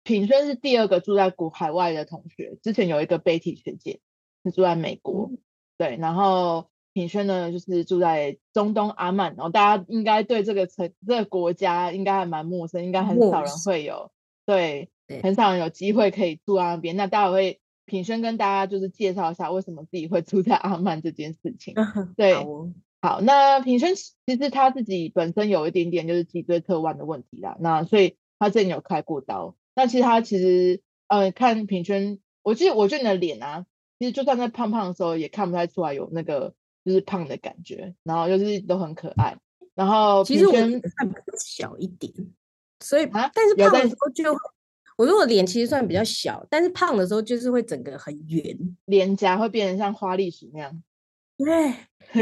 品轩是第二个住在海外的同学，之前有一个 Betty 学姐是住在美国，对，然后品轩呢就是住在中东阿曼，然后大家应该对这个国家应该还蛮陌生，应该很少人会有，对，很少人有机会可以住在那边。那待会会品轩跟大家就是介绍一下为什么自己会住在阿曼这件事情。对，好，那品轩其实他自己本身有一点点就是脊椎侧弯的问题啦，那所以他之前有开过刀。那其实看品轩，我觉得你的脸啊，其实就算在胖胖的时候也看不太出来有那个就是胖的感觉，然后就是都很可爱。然后其实我脸算比较小一点，所以啊， 但是胖的时候就我说我脸其实算比较小，但是胖的时候就是会整个很圆， 脸颊会变成像花栗鼠那样。 对，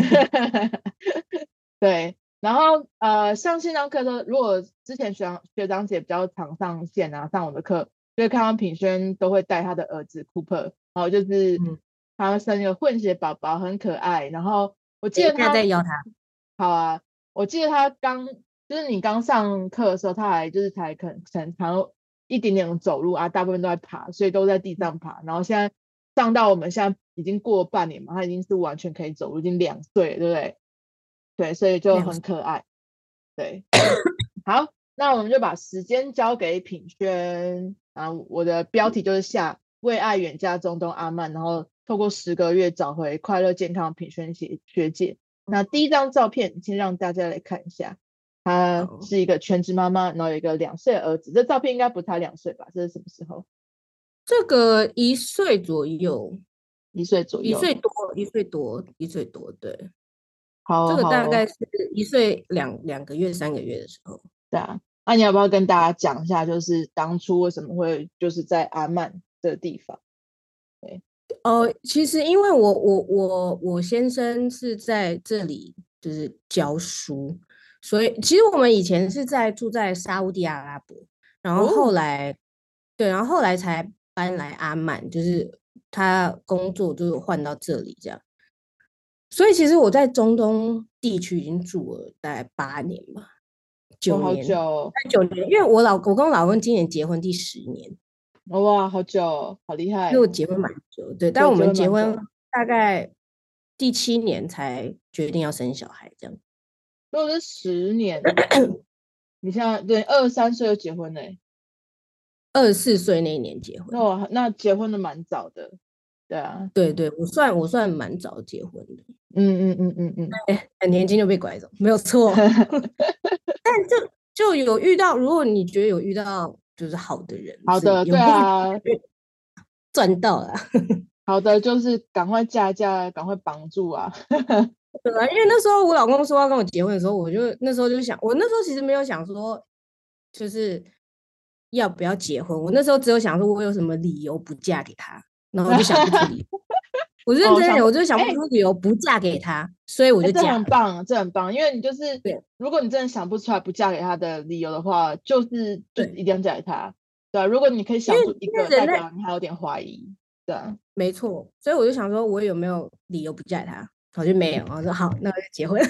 对，然后上线上课的时候，如果之前学长姐比较常上线啊，上我的课，就会看到品轩都会带他的儿子 Cooper，然后就是他生一个混血宝宝，很可爱。然后我记得他， 再要他， 好啊，我记得他就是你刚上课的时候，他还就是才可能一点点走路啊，大部分都在爬，所以都在地上爬。然后现在上到我们现在已经过半年嘛，他已经是完全可以走路，已经2岁了，对不对？对，所以就很可爱。对，好，那我们就把时间交给品轩啊。我的标题就是为爱远嫁中东阿曼，然后透过10个月找回快乐健康的品轩学姐。那第一张照片，先让大家来看一下，她是一个全职妈妈，然后有一个2岁的儿子。这照片应该不才2岁吧？这是什么时候？ 这个1岁左右 1岁左一右。 岁多1岁多，对， 好哦， 这个好哦。 大概是1岁2个月3个月的时候。 对啊，那你要不要跟大家讲一下，就是当初为什么会就是在阿曼这个地方？对， 其实因为我先生是在这里就是教书，所以其实我们以前是住在沙乌地阿拉伯，然后后哦， 来对，然后后来才搬来阿曼，就是他工作就是换到这里这样。所以其实我在中东地区已经住了大概8年吧，九好久年， 哦。 9年，因为我跟我老公今年结婚第10年， 哇，好久哦，好厉害。 因为我结婚蛮久，对，但对， 我结们结婚婚蛮久。 大概第7年才决定要生小孩，这样。 如果是10年，你现在对23岁就结婚嘞？ 24岁那一年结婚， 那结婚的蛮早的。对啊。 对对，我算蛮早结婚的， 嗯嗯嗯嗯嗯。 很年轻就被拐走，没有错。但就有遇到，如果你觉得有遇到就是好的人， 好的，对是有不啊。 赚到了。 好的，就是赶快嫁一嫁，赶快绑住啊。 对啊，因为那时候我老公说要跟我结婚的时候，那时候就想，我那时候其实没有想说，就是要不要结婚。我那时候只有想说，我有什么理由不嫁给他，然后我就想不出理由。我认哦， 真的， 想不， 我就想不出理由不嫁给他，所以我就这嫁了。 很棒，这很棒，因为你就是， 对如果你真的想不出来不嫁给他的理由的话，就对， 一定要嫁给他，对啊，如果你可以因为想出一个，代人类表你还有点怀疑。对啊。 没错，所以我就想说，我有没有理由不嫁给他？我就没有，我说好，那我就结婚。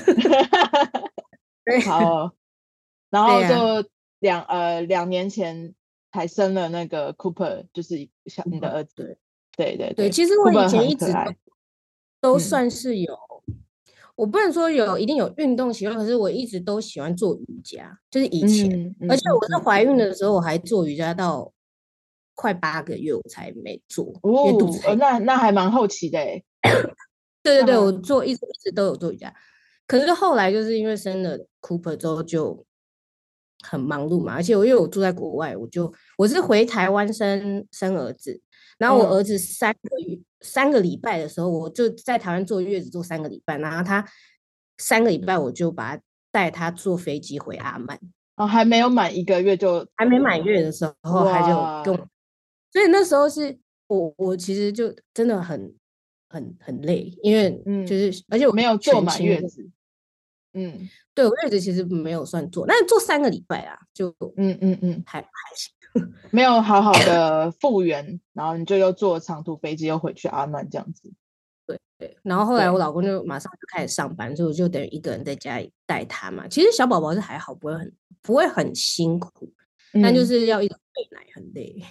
对好哦，然后就对呀、 2年前才生了那个 Cooper，就是你的儿子。 对对， 对对对其实我以 ，Cooper 前一直很可爱。 都嗯算是有，我不能说一定有运动习惯，可是我一直都喜欢做瑜伽，就是以前， 嗯而且嗯嗯嗯。 我在怀孕的时候我还做瑜伽到快8个月我才没做，因为肚子哦， 太大。 那还蛮后期的诶。 对对对，我那还一直都有做瑜伽，可是后来就是因为生了 Cooper 之后就很忙碌嘛，而且因为我住在国外，我是回台湾生儿子，然后我儿嗯。 子3个礼拜的时候，我就在台湾坐月子坐3个礼拜，然后他3个礼拜我就带他坐飞机回阿曼， 哦，还没有满1个月就。 还没满月的时候他就跟哇。 我，所以那时候是我其实就真的很累，因为就嗯， 是而且我没有坐满全勤， 月子。嗯对我月子其实没有算做，但是做3个礼拜啊，就嗯嗯嗯。 还行。 没有好好的复原，然后你就又坐长途飞机又回去阿曼这样子。 对，然后后来我对。 老公就马上就开始上班，所以我就等于一个人在家里带他嘛。其实小宝宝是还好，不会很辛苦，但就嗯是要一直奶很累。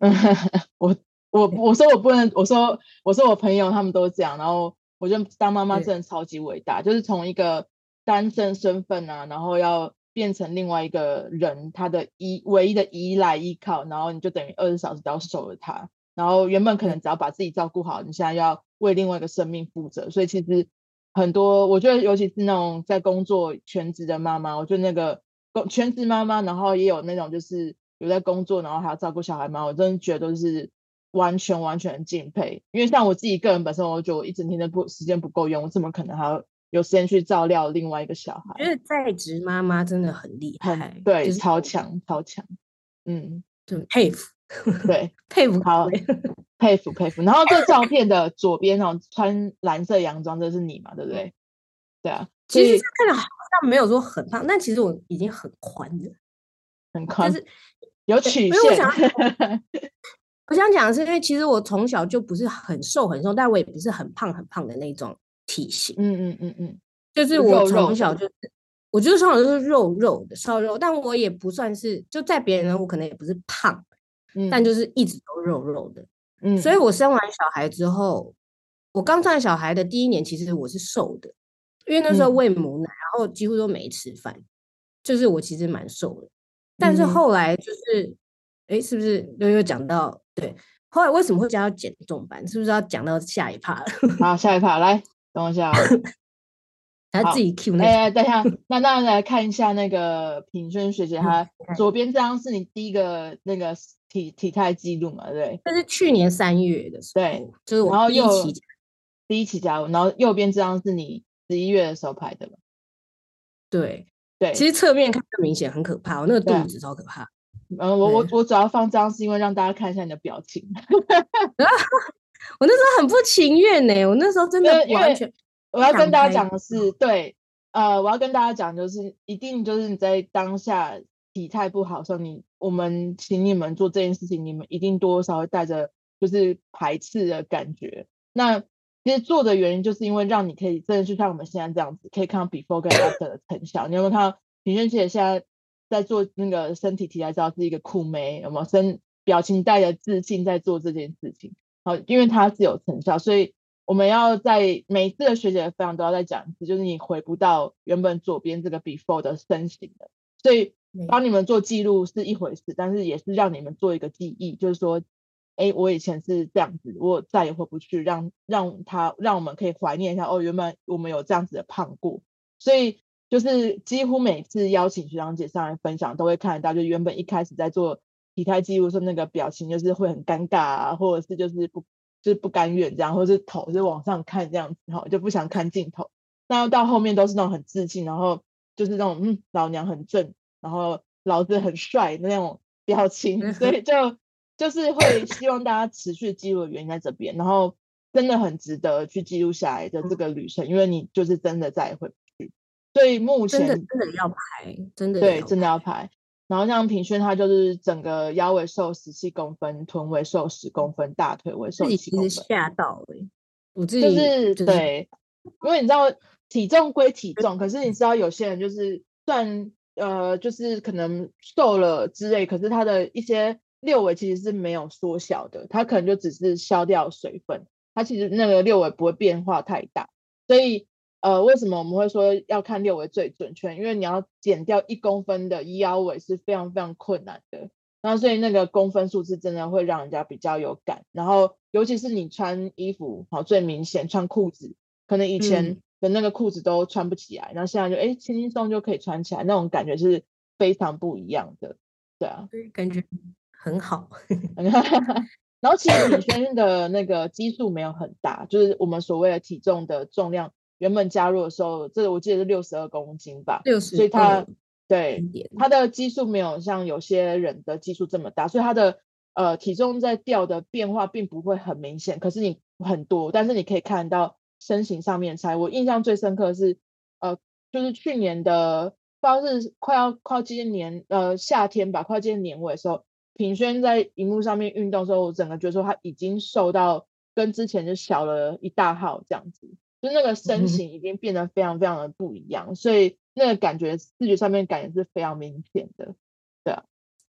我说我不能，我说我朋友他们都这样，然后我觉得当妈妈对真的超级伟大，就是从一个单身身份啊，然后要变成另外一个人，他的唯一的依赖依靠，然后你就等于20小时都要守着他，然后原本可能只要把自己照顾好，你现在要为另外一个生命负责，所以其实很多我觉得尤其是那种在工作全职的妈妈，我觉得那个全职妈妈，然后也有那种就是有在工作，然后还要照顾小孩妈，我真的觉得都是完全敬佩。因为像我自己个人本身，我觉得我一整天的时间不够用，我怎么可能还要有时间去照料另外一个小孩？ 我觉得在职妈妈真的很厉害， 对， 就是超强超强，嗯， 就佩服对， 佩服各好， 位。 佩服。然后这照片的左边哦，穿蓝色洋装，这是你嘛，对不对？对啊，所其实这以看着好像没有说很胖，但其实我已经很宽了， 很宽， 就是有对， 曲线。 因为我想讲的是，因为其实我从小就不是很瘦很瘦，但我也不是很胖很胖的那种体型，就是我肉肉的， 从小就是，我就是从小就是肉肉的瘦肉，但我也不算是就在别人我可能也不是胖，但嗯就是一直都肉肉的。所以嗯我生完小孩之后，我刚生完小孩的第一年，其实我是瘦的，因为那时候嗯喂母奶，然后几乎都没吃饭，就是我其实蛮瘦的。但是嗯， 后来就是，哎，是不是又讲到对？后来为什么会加到减重班？是不是要讲到下一趴了？ 好，下一趴来，等我一下哦。好， 还自己 Q 那个？ 哎，等一下，那当然来看一下那个品轩学姐，她左边这张是你第一个那个体态记录嘛，对不对？ 这是去年3月的时对， 候，就是我然后第一期， 第一期加入，然后右边这张是你11月的时候拍的嘛？ 对，其对实侧面看更明显，很可怕，我那个肚对， 子超可怕。 我对， 主要放这张是因为让大家看一下你的表情。 我那时候很不情愿呢，我那时候真的因为完全我要跟大家不想拍。 讲的是，对，我要跟大家讲就是一定就是你在当下体态不好的时候，我们请你们做这件事情，你们一定多多少少会带着就是排斥的感觉。那其实做的原因就是因为让你可以真的就像我们现在这样子，可以看到 before 跟 after 的成效。你有没有看到品轩姐现在在做那个身体体态照是一个酷妹，有没有表情带着自信在做这件事情？好，因为它是有成效，所以我们要在每一次的学姐的分享都要再讲一次，就是你回不到原本左边这个 before 的身形的，所以帮你们做记录是一回事，但是也是让你们做一个记忆，就是说，哎，我以前是这样子，我再也回不去，让我们可以怀念一下，哦，原本我们有这样子的胖过，所以就是几乎每次邀请学长姐上来分享，都会看得到，就原本一开始在做体态记录的时候，那个表情就是会很尴尬啊，或者是就是不甘愿这样，或者是头就往上看这样子，然后就不想看镜头。那到后面都是那种很自信，然后就是那种老娘很正，然后老子很帅的那种表情，所以就是会希望大家持续记录的原因在这边，然后真的很值得去记录下来的这个旅程，因为你就是真的再也回不去。所以目前真的要拍，真的对真的要拍。 要拍。然后像品轩，他就是整个腰围瘦17公分，臀围瘦10公分，大腿围瘦自己七公分。 其实吓到我自己就是就是对，因为你知道体重归体重，可是你知道有些人就是算就是可能瘦了之类，可是他的一些六围其实是没有缩小的，他可能就只是消掉水分，他其实那个六围不会变化太大，所以为什么我们会说要看六围最准确？因为你要减掉1公分的腰围是非常非常困难的。然后所以那个公分数字真的会让人家比较有感，然后尤其是你穿衣服，好最明显，穿裤子，可能以前的那个裤子都穿不起来，然后现在就轻轻松就可以穿起来，那种感觉是非常不一样的，对啊。 感觉很好。 然后其实品轩的那个基数没有很大，就是我们所谓的体重的重量，原本加入的时候，这我记得是62公斤吧，所以他对他的基数没有像有些人的基数这么大，所以他的体重在掉的变化并不会很明显，可是你很多，但是你可以看到身形上面差。我印象最深刻的是就是去年的不知道是快要接近夏天吧，快接近年尾的时候。品轩在荧幕上面运动的时候，我整个觉得说他已经瘦到跟之前就小了一大号这样子，就那个身形已经变得非常非常的不一样，所以那个感觉视觉上面感觉是非常明显的，对啊。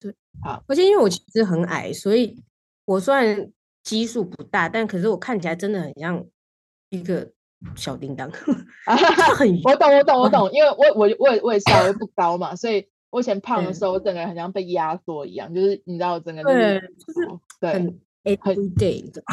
对， 好， 而且因为我其实很矮，所以我虽然基数不大，但可是我看起来真的很像一个小叮当，就很我懂，因为我也是啊，我又不高嘛，所以我以前胖的时候，我整个人很像被压缩一样，就是你知道，我整个就是对，就是对， 很 everyday，你知道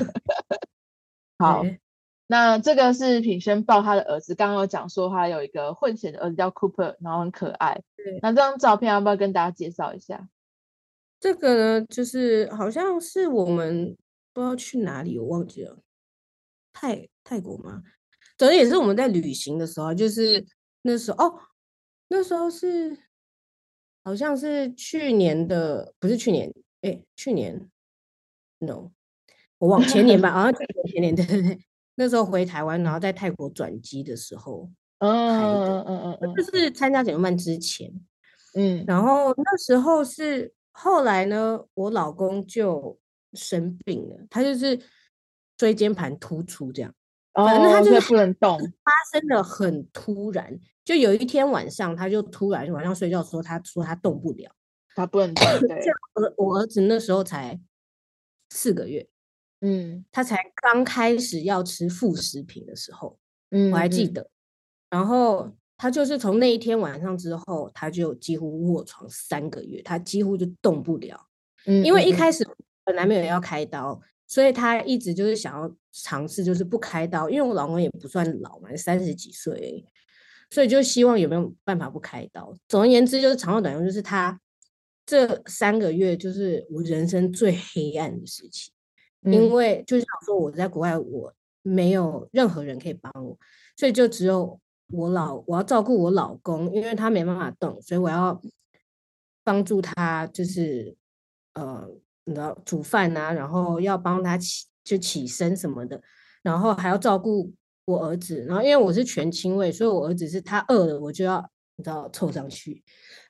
好。 对， 那这个是品轩抱他的儿子，刚刚有讲说他有一个混血的儿子叫 Cooper，然后很可爱。 对， 那这张照片要不要跟大家介绍一下？ 这个呢，就是好像是我们不知道去哪里，我忘记了，泰国吗？总之也是我们在旅行的时候，就是那时候哦，那时候是好像是去年的，不是去年，哎，去年 no，我忘前年吧，好像前年对对对，那时候回台湾，然后在泰国转机的时候拍的，就是参加简单班之前， 嗯， 然后那时候是后来呢，我老公就生病了，他就是椎间盘突出这样。反正他就是所以不能动， 发生的很突然，就有一天晚上，他就突然晚上睡觉说，他说他动不了。 他不能动， 像对， 我儿子那时候才4个月， 嗯他才刚开始要吃副食品的时候，我还记嗯得。然后他就是从那一天晚上之后，他就几乎卧床3个月，他几乎就动不了。因为一开始本来没有要开刀，所以他一直就是想要尝试，就是不开刀。因为我老公也不算老嘛，30几岁，所以就希望有没有办法不开刀。总而言之，就是长话短说，就是他这3个月就是我人生最黑暗的事情。因为就像说我在国外，我没有任何人可以帮我，所以就只有我要照顾我老公，因为他没办法动，所以我要帮助他，就是呃，你知道煮饭啊，然后要帮他起身什么的，然后还要照顾我儿子，然后因为我是全亲喂，所以我儿子是他饿了，我就要你知道凑上去，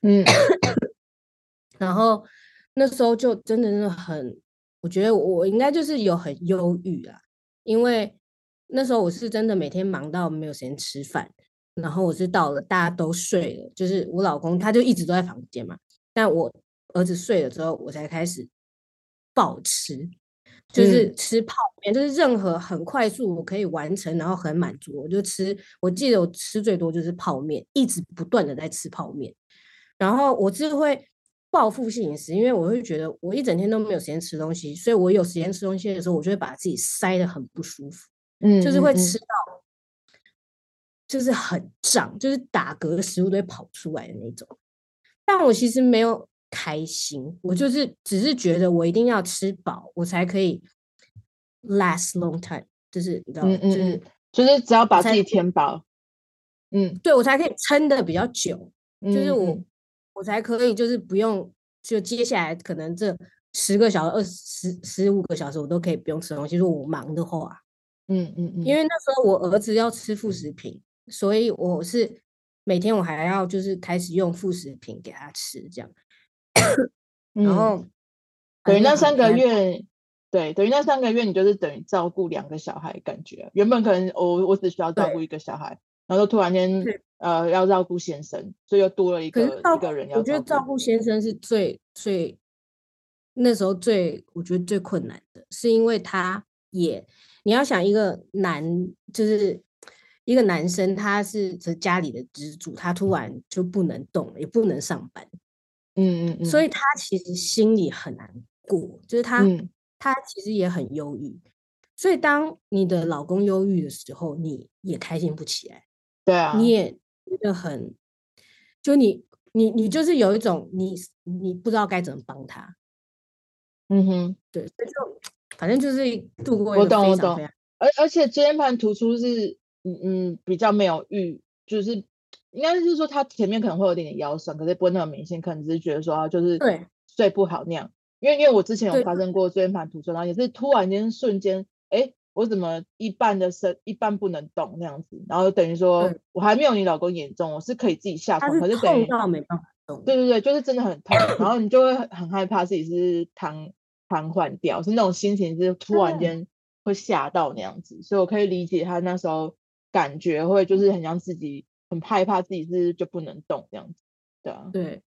然后那时候就真的是很，我觉得我应该就是有很忧郁啊，因为那时候我是真的每天忙到没有时间吃饭，然后我是到了大家都睡了，就是我老公他就一直都在房间嘛，但我儿子睡了之后，我才开始暴吃，就是吃泡面，就是任何很快速我可以完成，然后很满足，我就吃。我记得我吃最多就是泡面，一直不断的在吃泡面。然后我是会报复性饮食，因为我会觉得我一整天都没有时间吃东西，所以我有时间吃东西的时候，我就会把自己塞得很不舒服，就是会吃到就是很胀，就是打嗝的食物都会跑出来的那种。但我其实没有开心，我就是只是觉得我一定要吃饱，我才可以 last long time，就是你知道，就是就是只要把自己我才填饱， 对我才可以撑的比较久，就是我嗯嗯我才可以就是不用就接下来可能这10个小时、15个小时我都可以不用吃东西，如果我忙的话，因为那时候我儿子要吃副食品，所以我是每天我还要就是开始用副食品给他吃这样。然嗯， 后反正就等于那三个很黑暗。 月，对，等于那三个月你就是等于照顾2个小孩，感觉原本可能我只需要照顾对 1个小孩，然后突然间对， 要照顾先生，所以又多了一可是个一个人要我觉得照顾。 照顾先生是最那时候我觉得最困难的，是因为你要想一个就是一个男生，他是家里的支柱，他突然就不能动，也不能上班，所以他其实心里很难过，就是他其实也很忧郁，所以当你的老公忧郁的时候，你也开心不起来， 对啊， 你也觉得就你就是有一种你不知道该怎么帮他， 嗯哼。 对，所以就反正就是度过一我个懂我懂， 非常非常而且椎间盘突出是比较没有就是应该是说他前面可能会有点腰酸，可是不会那么明显，可能只是觉得说他就是对睡不好那样。因为我之前有对发生过椎间盘突出，然后也是突然间瞬间，哎，我怎么一半不能动那样子，然后等于说对， 我还没有你老公严重，我是可以自己下床， 他是可是等于痛到没办法动， 对对对，就是真的很痛，然后你就会很害怕自己是瘫痪掉，是那种心情是突然对间会吓到那样子，所以我可以理解他那时候感觉会就是很像自己很害怕自己是就不能动这样子，对啊， 对，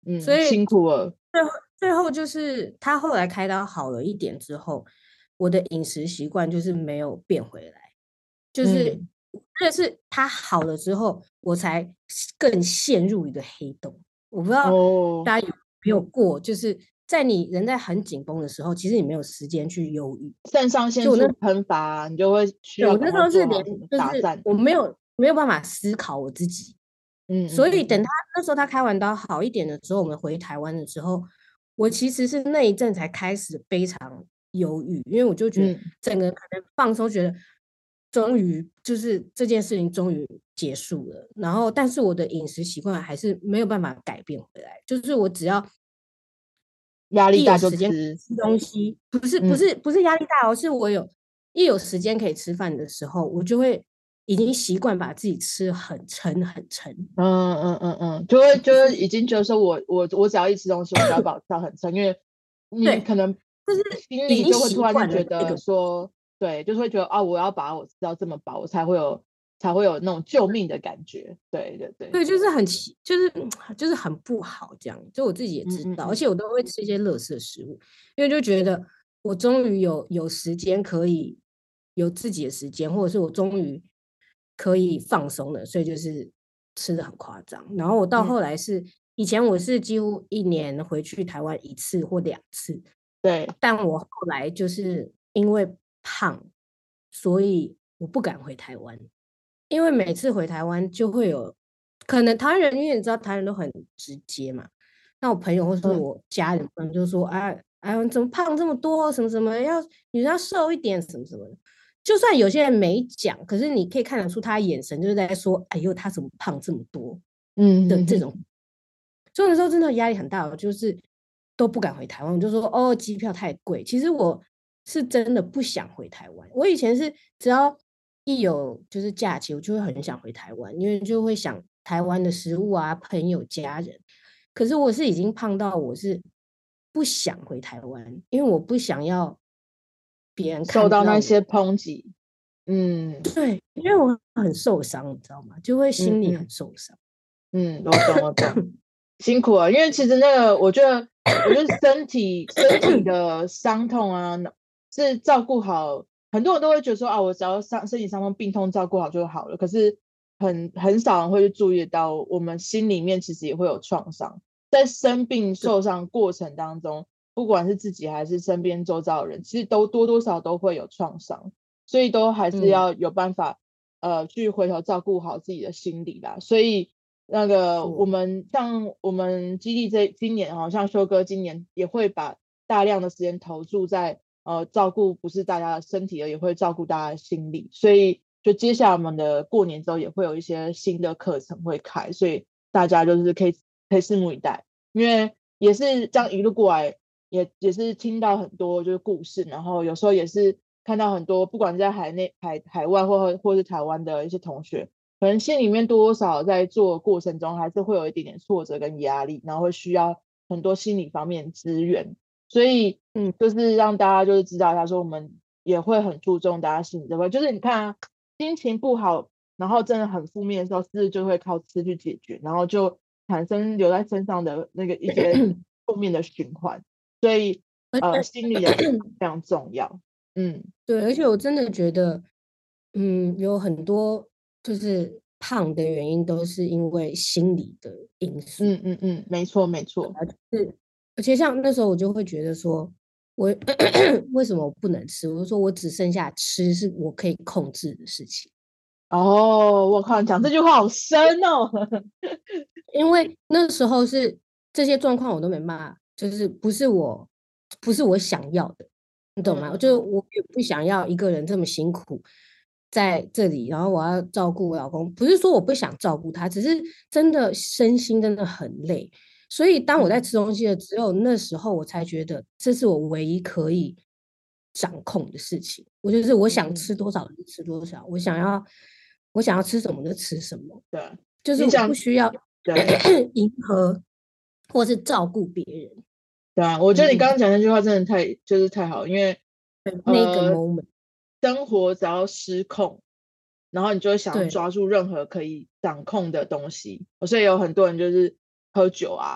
所以辛苦了。 最后就是他后来开刀好了一点之后，我的饮食习惯就是没有变回来，就是这是他好了之后，我才更陷入一个黑洞。我不知道大家有没有过，就是在你人在很紧绷的时候，其实你没有时间去忧郁， 肾上腺素喷发，你就会需对， 要我那时候是赶快做好连就是什么打战。 我没有办法思考我自己，所以等他那时候他开完刀好一点的时候，我们回台湾的时候，我其实是那一阵才开始非常忧郁，因为我就觉得整个可能放松，觉得终于就是这件事情终于结束了，然后但是我的饮食习惯还是没有办法改变回来，就是我只要压力大就吃东西，不是压力大哦，是我一有时间可以吃饭的时候，我就会已经习惯把自己吃很撑很撑。 就会已经觉得说我只要一吃东西，我就要保持到很撑，因为你可能就是心里就会突然间觉得那个说，对，就是会觉得啊，我要把我吃到这么饱，我才会有那种救命的感觉。对对对， 对，就是很不好这样，就我自己也知道，而且我都会吃一些垃圾食物，因为就觉得我终于有时间可以有自己的时间，或者是我终于可以放松了，所以就是吃的很夸张。然后我到后来是以前我是几乎一年回去台湾1次或2次， 对， 但我后来就是因为胖，所以我不敢回台湾。因为每次回台湾就会有可能台湾人，因为你知道台湾人都很直接嘛。那我朋友或是我家人可能就说：哎，你怎么胖这么多？什么什么女生要瘦一点，什么什么的。就算有些人没讲，可是你可以看得出他眼神就是在说：哎呦，他怎么胖这么多？的这种。所以那时候真的压力很大，我就是都不敢回台湾。我就说：哦，机票太贵。其实我是真的不想回台湾。我以前是只要一有就是假期，我就会很想回台湾，因为就会想台湾的食物啊、朋友、家人。可是我是已经胖到我是不想回台湾，因为我不想要别人看受到那些到我。 抨击。 对，因为我很受伤，你知道吗？就会心里很受伤。 我懂，辛苦了。因为其实那个，我觉得身体的伤痛啊，是照顾好，很多人都会觉得说啊，我只要身体伤痛、病痛照顾好就好了。可是很少人会去注意到，我们心里面其实也会有创伤，在生病受伤过程当中，不管是自己还是身边周遭的人，其实都多多少少都会有创伤，所以都还是要有办法去回头照顾好自己的心理啦。所以那个像我们基地今年好像修哥今年也会把大量的时间投注在照顾不是大家的身体，而也会照顾大家的心理。所以就接下来我们的过年之后也会有一些新的课程会开，所以大家就是可以拭目以待。因为也是这样一路过来，也是听到很多就是故事，然后有时候也是看到很多不管在海外或是台湾的一些同学，可能心里面多多少在做过程中还是会有一点点挫折跟压力，然后会需要很多心理方面资源。所以就是让大家就是知道一下说我们也会很注重大家心理这块。就是你看啊，心情不好然后真的很负面的时候，是不是就会靠吃去解决，然后就产生留在身上的那个一些负面的循环。所以心理的健康非常重要。 对，而且我真的觉得，有很多就是胖的原因都是因为心理的因素。 没错没错。 而且像那时候我就会觉得说，我为什么我不能吃？我就说我只剩下吃是我可以控制的事情。 我靠，你讲这句话好深哦。 因为那时候是这些状况我都没办法，就是不是我想要的，你懂吗？就我也不想要一个人这么辛苦在这里，然后我要照顾我老公，不是说我不想照顾他，只是真的身心真的很累。所以当我在吃东西的只有那时候，我才觉得这是我唯一可以掌控的事情。我就是我想吃多少就吃多少，我想要吃什么就吃什么。 对， 就是我不需要迎合或是照顾别人。 对啊，我觉得你刚刚讲那句话真的太好，因为那个 moment 生活只要失控，然后你就会想要对抓住任何可以掌控的东西。所以有很多人就是喝酒啊，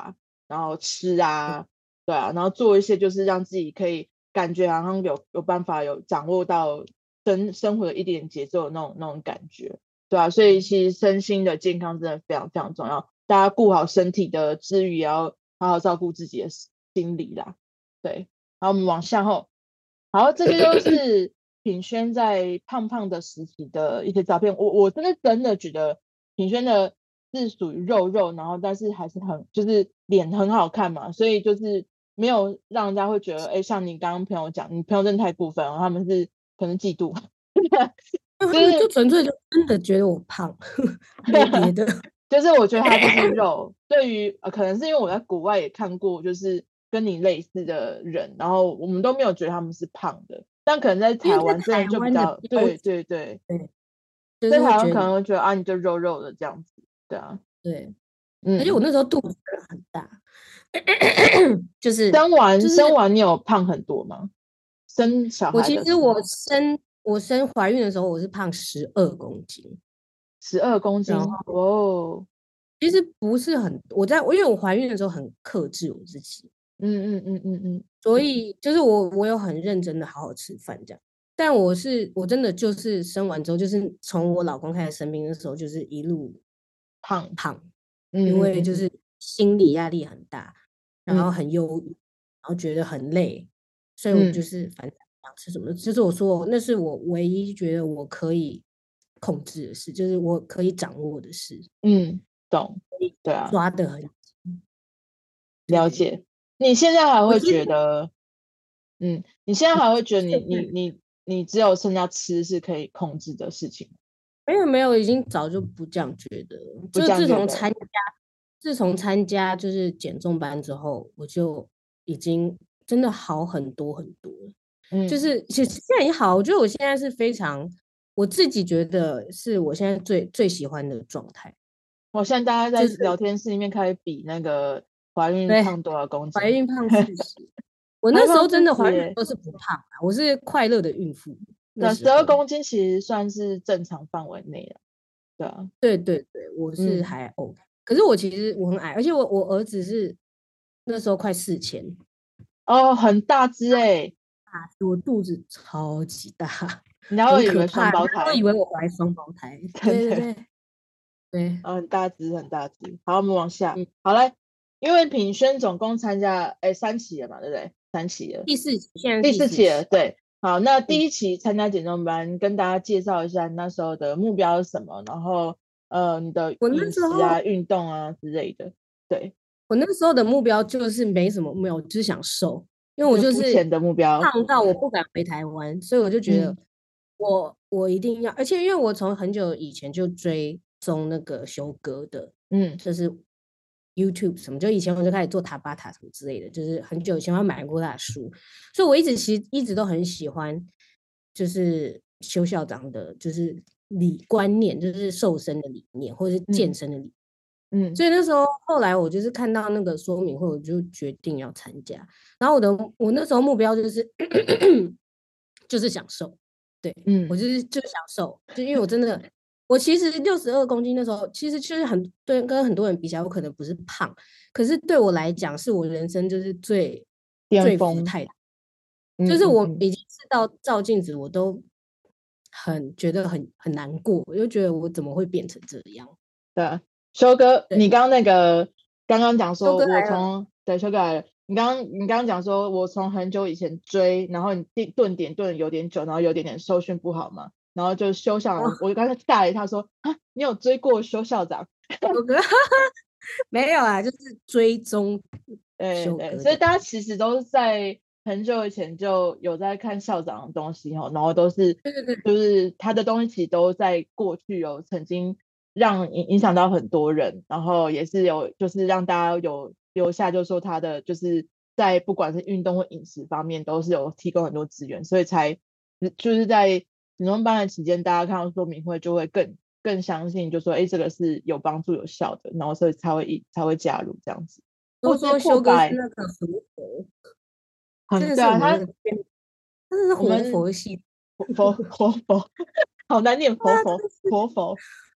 然后吃啊，对啊，然后做一些就是让自己可以感觉好像有办法有掌握到生活的一点节奏的那种感觉，对啊，所以其实身心的健康真的非常非常重要，大家顾好身体的之余，也要好好照顾自己的心理啦。对，好，我们往下后，好，这些都是品轩在胖胖的时期的一些照片。我真的觉得品轩的是属于肉肉，然后但是还是就是脸很好看嘛，所以就是没有让人家会觉得，哎，像你刚刚朋友讲，你朋友真的太过分了，他们是可能嫉妒， 他就是们就纯粹就真的觉得我胖，没别的。 就是我觉得他就是肉。对于可能是因为我在国外也看过，就是跟你类似的人，然后我们都没有觉得他们是胖的，但可能在因为在台湾真的台湾的就比较，对标准， 对对， 对，就在是会觉得台湾可能会觉得啊，你就肉肉的这样子，对啊， 对，而且我嗯， 那时候肚子真的很大，就是生完就是生完你有胖很多吗？生小我孩的时候， 其实我怀孕的时候我是胖12公斤，然 12公斤， 后哦， 其实不是很，因为我怀孕的时候很克制我自己， 嗯， 所以就是我有很认真的好好吃饭这样。但我真的就是生完之后，就是从我老公开始生病的时候，就是一路胖， 胖，因嗯嗯嗯嗯为就是心理压力很大，然后嗯很忧郁，然后觉得很累，所以我就嗯是反正想吃什么，就是我说那是我唯一觉得我可以控制的事，就是我可以掌握的事， 嗯，懂，对啊。 抓得很紧。对， 了解。你现在还会我其实觉得，你现在还会觉得你只有剩下吃是可以控制的事情， 没有，已经早就不这样觉得了。 不这样就觉得？ 自从参加就是减重班之后，我就已经真的好很多很多了。就嗯， 是其实现在也好，我觉得我现在是非常，我自己觉得是我现在最最喜欢的状态。 我现在大家在就是聊天室里面开始比那个怀孕对胖多少公斤， 怀孕胖40，我怀孕那时候胖四真的怀孕的时十耶， 候是不胖啊，我是快乐的孕妇。那对，十二时候， 公斤其实算是正常范围内了，对啊， 对对对，我是嗯， 还 OK。可是我其实我很矮，而且我儿子是那时候快4000， 哦，很大只哎， 我肚子超级大， 然后以为很可怕，人家都双胞胎， 以为我怀双胞胎。 真的。 对对对对， 很大只，很大只。好，我们往下。 嗯， 好嘞，因为品轩总共参加3期了嘛，对不对？3期了， 第4期，现在是第第四期。 四期了。对，好，那第嗯， 一期参加减重班，跟大家介绍一下你那时候的目标是什么，然后你的我那饮食啊、 时候运动啊之类的。对， 我那时候的目标就是没什么目标，我就是想瘦，因为我就就是肤浅的目标。 胖到我不敢回台湾，所以我就觉得嗯我一定要，而且因为我从很久以前就追踪那个修哥的， 嗯就是 YouTube 什么，就以前我就开始做塔巴塔什么之类的，就是很久以前我买过他的书，所以我其实一直都很喜欢，就是修校长的，就是观念，就是瘦身的理念或者是健嗯身的理念。 嗯所以那时候后来我就是看到那个说明会，我就决定要参加。然后我那时候目标就是就是想瘦，对，我嗯就是想瘦，就因为我真的我其实62公斤那时候其实就是跟很多人比起来，我可能不是胖，可是对我来讲是我人生就是最福巅峰。 态的，就是我嗯， 已经是到照镜子我都觉得很难过，我就觉得我怎么会变成这样？ 对啊，修哥， 对， 你刚刚讲说， 周哥来了。 对修哥来了。你刚刚讲说，我从很久以前追，然后你顿得有点久，然后有点收讯不好嘛，然后就修校长，我刚才吓了一跳说啊，你有追过修校长？ 修哥没有啊，就是追踪对对， 修哥这样。 所以大家其实都是在很久以前就有在看校长的东西哦，然后都是对对对， 就是他的东西其实都在过去有曾经让影响到很多人，然后也是有就是让大家有留下，就是说他的就是在不管是运动或饮食方面都是有提供很多资源，所以才就是在减重班的期间，大家看到说明会就会更相信，就说哎这个是有帮助有效的，然后所以才会加入这样子。不都知说修哥是不改， 那个活佛，真很对啊， 的是我们那个真的是我活佛们系。 佛，好难念， 对啊， 佛，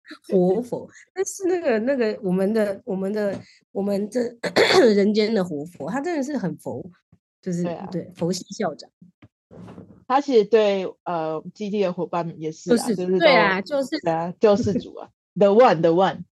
活佛，但是那个我们这人间的活佛，他真的是很佛，就是对啊， 对佛系校长， 他其实对基地的伙伴们也是啊， 就是就是都对啊，就是对啊，救世主啊，the one the one。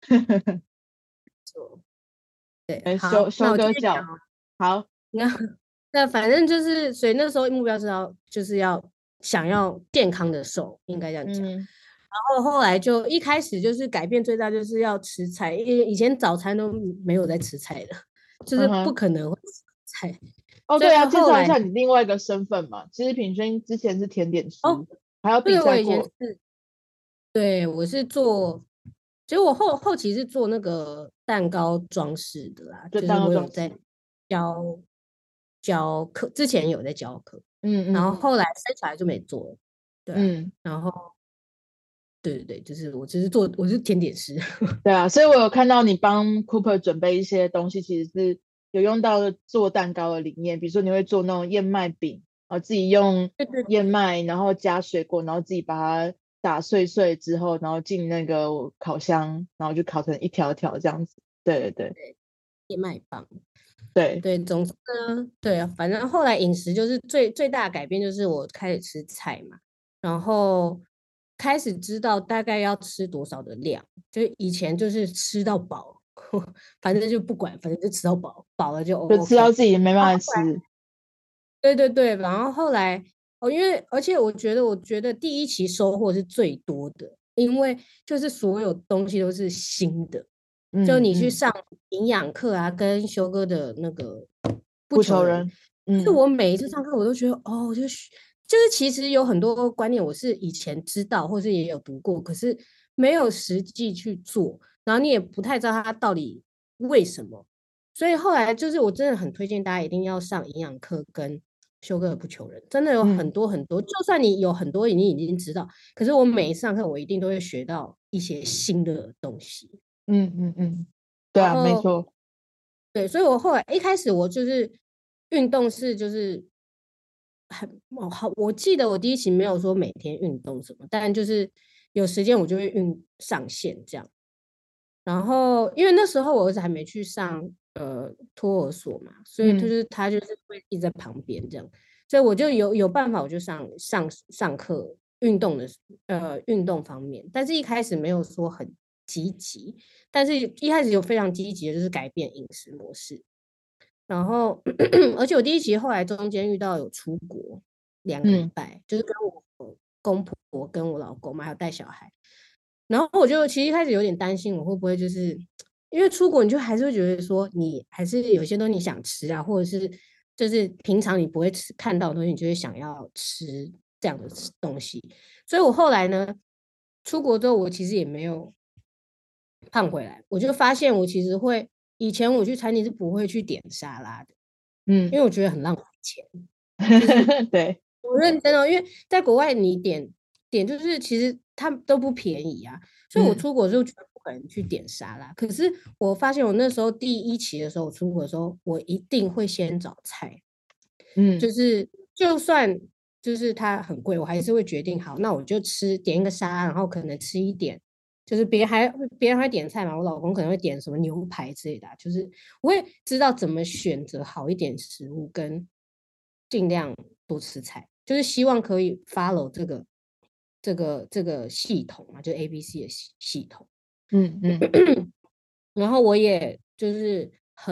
对。 修好，那我继续讲修哥教哦。 好。 那那反正就是，所以那时候目标是就是要想要健康的瘦，应该这样讲。 嗯然后后来就一开始就是改变最大就是要吃菜，因为以前早餐都没有在吃菜的，就是不嗯哼。 可能会吃菜。 哦， 所以对啊，介后来绍一下你另外一个身份嘛。其实品轩之前是甜点哦， 师，还有比对，我以前赛过。 是，对，我是做，其实我后期是做那个蛋糕装饰的啦， 就就是当个装饰。 我有在教教课，之前有在教课，然后嗯嗯后来生小孩就没做了，对啊， 嗯嗯。 然后对对对，就是我只是做我是甜点师， 对啊，所以我有看到你帮 Cooper 准备一些东西，其实是有用到做蛋糕的理念，比如说你会做那种燕麦饼，然后自己用对对对燕麦，然后加水果，然后自己把它打碎碎之后，然后进那个烤箱，然后就烤成一条条这样子。对对对燕麦棒。 对。 对，总之呢，对啊，反正后来饮食就是最大的改变，就是我开始吃菜嘛，然后开始知道大概要吃多少的量，就以前就是吃到饱，反正就不管，反正就吃到饱，饱了就就吃到 OK。 自己没办法吃。 对对对，然后后来因为而且我觉得第一期收获是最多的，因为就是所有东西都是新的，就嗯嗯。 你去上营养课啊，跟修哥的那个不不求人， 求人。 就是嗯我每一次上课我都觉得就是其实有很多观念我是以前知道或是也有读过，可是没有实际去做，然后你也不太知道它到底为什么。所以后来就是我真的很推荐大家一定要上营养课跟修哥的不求人，真的有很嗯多很多，就算你有很多你已经知道，可是我每一次上课我一定都会学到一些新的东西。 嗯嗯嗯。对啊，没然后错。 对，所以我后来一开始我就是运动是就是好，我记得我第一期没有说每天运动什么，但就是有时间我就会上线这样。然后因为那时候我儿子还没去上托儿所嘛，所以他就是会一直在旁边这样，所以我就有办法，我就上课运动方面，但是一开始没有说很积极，但是一开始有非常积极的就是改变饮食模式，然后而且我第一期后来中间遇到有出国2个礼嗯拜，就是跟我公婆跟我老公嘛，还有带小孩。然后我就其实一开始有点担心，我会不会就是因为出国，你就还是会觉得说，你还是有些东西你想吃啊，或者是就是平常你不会看到的东西，你就会想要吃这样的东西。所以我后来呢，出国之后，我其实也没有胖回来，我就发现我其实以前我去餐厅是不会去点沙拉的，因嗯。 为我觉得很浪费钱。就是对。 我认真哦，因为在国外你点就是其实它都不便宜啊，所以我嗯出国就绝对不可能去点沙拉。可是我发现我那时候第一期的时候，我出国的时候，我一定会先找菜， 嗯就是就算就是它很贵，我还是会决定好，那我就点一个沙拉，然后可能吃一点。就是别人还点菜嘛，我老公可能会点什么牛排之类的啊，就是我会知道怎么选择好一点食物，跟尽量多吃菜，就是希望可以 follow 这个系统嘛，就 ABC 的系统。 嗯嗯然后我也就是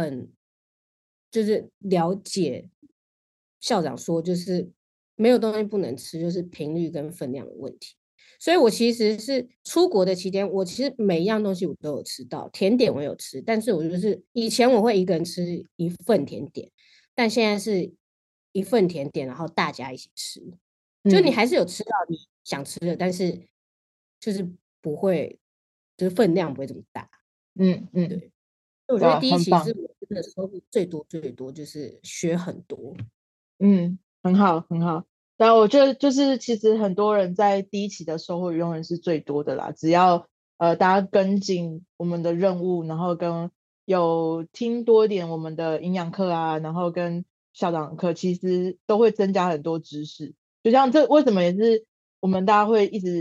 就是了解校长说，就是没有东西不能吃，就是频率跟分量的问题。所以我其实是出国的期间，我其实每一样东西我都有吃到，甜点我有吃，但是我就是以前我会一个人吃一份甜点，但现在是一份甜点，然后大家一起吃，就你嗯还是有吃到你想吃的，但是就是不会，就是分量不会这么大。 嗯嗯。 对，我觉得对啊， 第一期是很棒。 我真的收获最多最多，就是学很多。 嗯，很好很好。然后我觉得就是其实很多人在第一期的收获永远是最多的啦，只要大家跟紧我们的任务，然后有听多一点我们的营养课啊，然后跟校长的课，其实都会增加很多知识。就像这为什么也是我们大家会一直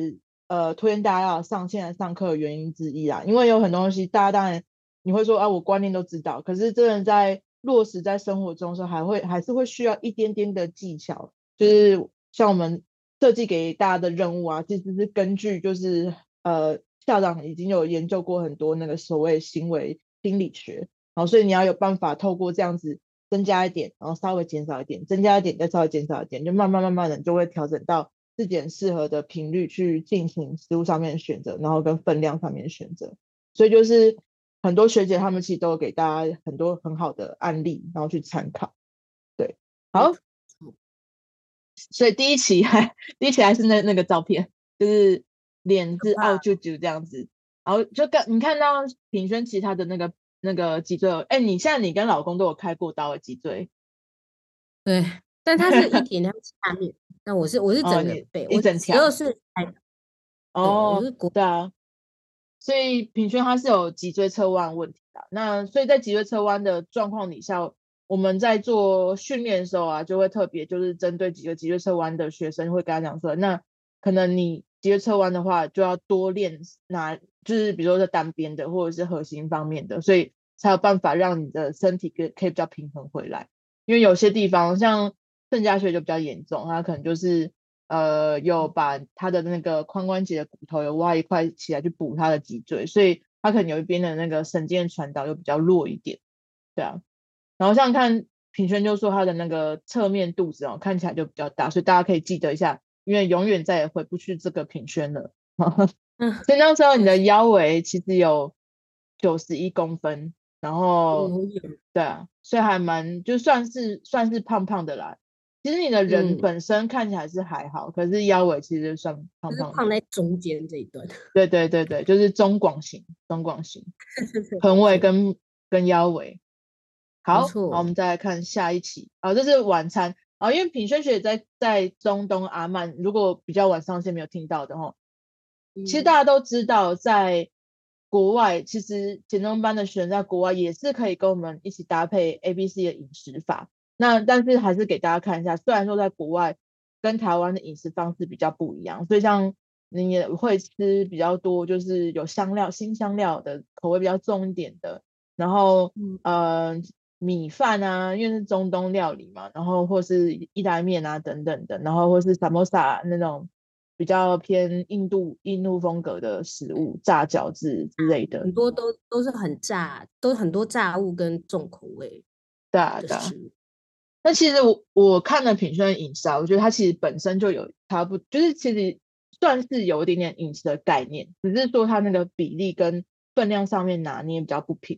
推荐大家要上线来上课的原因之一啦。因为有很多东西大家当然你会说啊，我观念都知道，可是真的在落实在生活中的时候，还是会需要一点点的技巧。就是像我们设计给大家的任务啊，其实是根据就是校长已经有研究过很多那个所谓行为心理学，然后所以你要有办法透过这样子增加一点，然后稍微减少一点，增加一点再稍微减少一点，就慢慢的就会调整到自己很适合的频率去进行食物上面的选择，然后跟分量上面的选择。所以就是很多学姐她们其实都有给大家很多很好的案例，然后去参考。对，好，所以第一期还是那个照片，就是脸是凹啾啾这样子，然后就你看到品轩其他的那个脊椎，哎，你现在你跟老公都有开过刀的脊椎。 对，但它是一点点下面，那我是哦， 整个你背， 一我十二整条。 岁才对，我哦， 是国对啊，所以品轩他是有脊椎侧弯问题的。那所以在脊椎侧弯的状况底下，我们在做训练的时候啊，就会特别就是针对几个脊椎侧弯的学生，会跟他讲说，那可能你脊椎侧弯的话，就要多练就是比如说是单边的或者是核心方面的，所以才有办法让你的身体可以比较平衡回来。因为有些地方像郑家学就比较严重，他可能就是有把他的那个髋关节的骨头有挖一块起来去补他的脊椎，所以他可能有一边的那个神经传导又比较弱一点。对啊，然后像看品轩就说他的那个侧面肚子哦看起来就比较大，所以大家可以记得一下，因为永远再也回不去这个品轩了。 嗯， 所以那时候你的我是腰围其实有91公分，然后我有对啊，所以还蛮就算是胖胖的啦。其实你的人嗯， 本身看起来是还好，可是腰围其实算胖胖的。 就是放在中间这一段， 对对对对，就是中广型，臀围没错跟腰围。好，好，我没错， 们再来看下一期。好，这是晚餐。啊，因为品轩学在中东阿曼，如果比较晚上线没有听到的话，其实大嗯， 家都知道，在国外，其实简中班的学生在国外也是可以跟我们一起搭配 ABC 的饮食法。那但是还是给大家看一下，虽然说在国外跟台湾的饮食方式比较不一样，所以像你也会吃比较多，就是有新香料的口味比较重一点的，然后嗯米饭啊，因为是中东料理嘛，然后或是意大利面啊等等的，然后或是 samosa 那种比较偏印度风格的食物，炸饺子之类的。 很多都是很炸，都很多炸物跟重口味对啊，对啊。 的食物。 那其实我看了品轩的饮食啊，我觉得它其实本身就有就是其实算是有一点点饮食的概念，只是说它那个比例跟分量上面拿捏比较不平，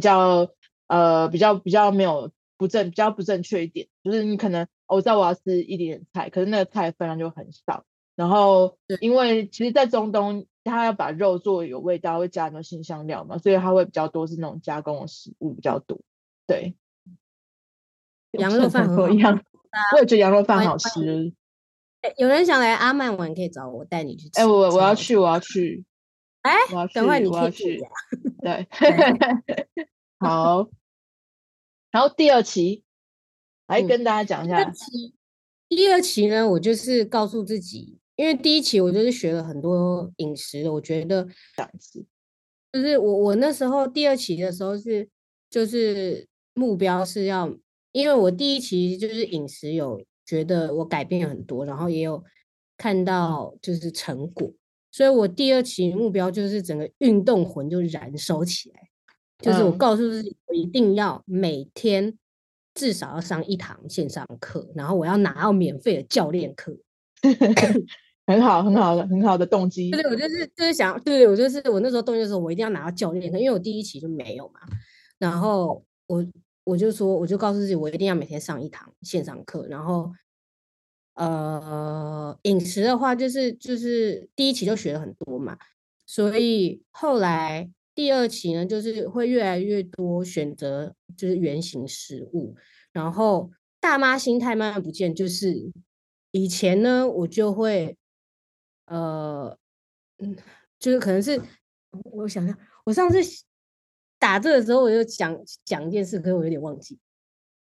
比较没有比较不正确一点，就是你可能我知道我要吃一点点菜，可是那个菜分量就很少。然后对， 因为其实，在中东，它要把肉做有味道，会加很多新香料嘛，所以它会比较多是那种加工的食物比较多。对，有羊肉像很饭很好， 多一样。我也觉得羊肉饭好欢迎， 吃。 有人想来阿曼玩，可以找我带你去哎， 吃， 我要去， 超好吃。 我要去， 哎， 我要去， 赶快你我要去。 贴给我呀！ 对， 对， 好。然后第二期来嗯， 跟大家讲一第二下。 期，第二期呢，我就是告诉自己，因为第一期我就是学了很多饮食的，我觉得就是我那时候第二期的时候就是目标是要，因为我第一期就是饮食有觉得我改变很多，然后也有看到就是成果，所以我第二期目标就是整个运动魂就燃烧起来，就是我嗯， 告诉自己我一定要每天至少要上一堂线上课，然后我要拿到免费的教练课。 很好，很好的，很好的动机。 对对，我就是想，对我就是我那时候动的时候，我一定要拿到教练课，因为我第一期就没有嘛。然后我就说，我就告诉自己，我一定要每天上一堂线上课。然后饮食的话，就是第一期就学了很多嘛，所以后来第二期呢，就是会越来越多选择就是原形食物，然后大妈心态慢慢不见，就是以前呢，我就会呃。就是可能是我想想，我上次打这的时候，我就讲一件事，可是我有点忘记。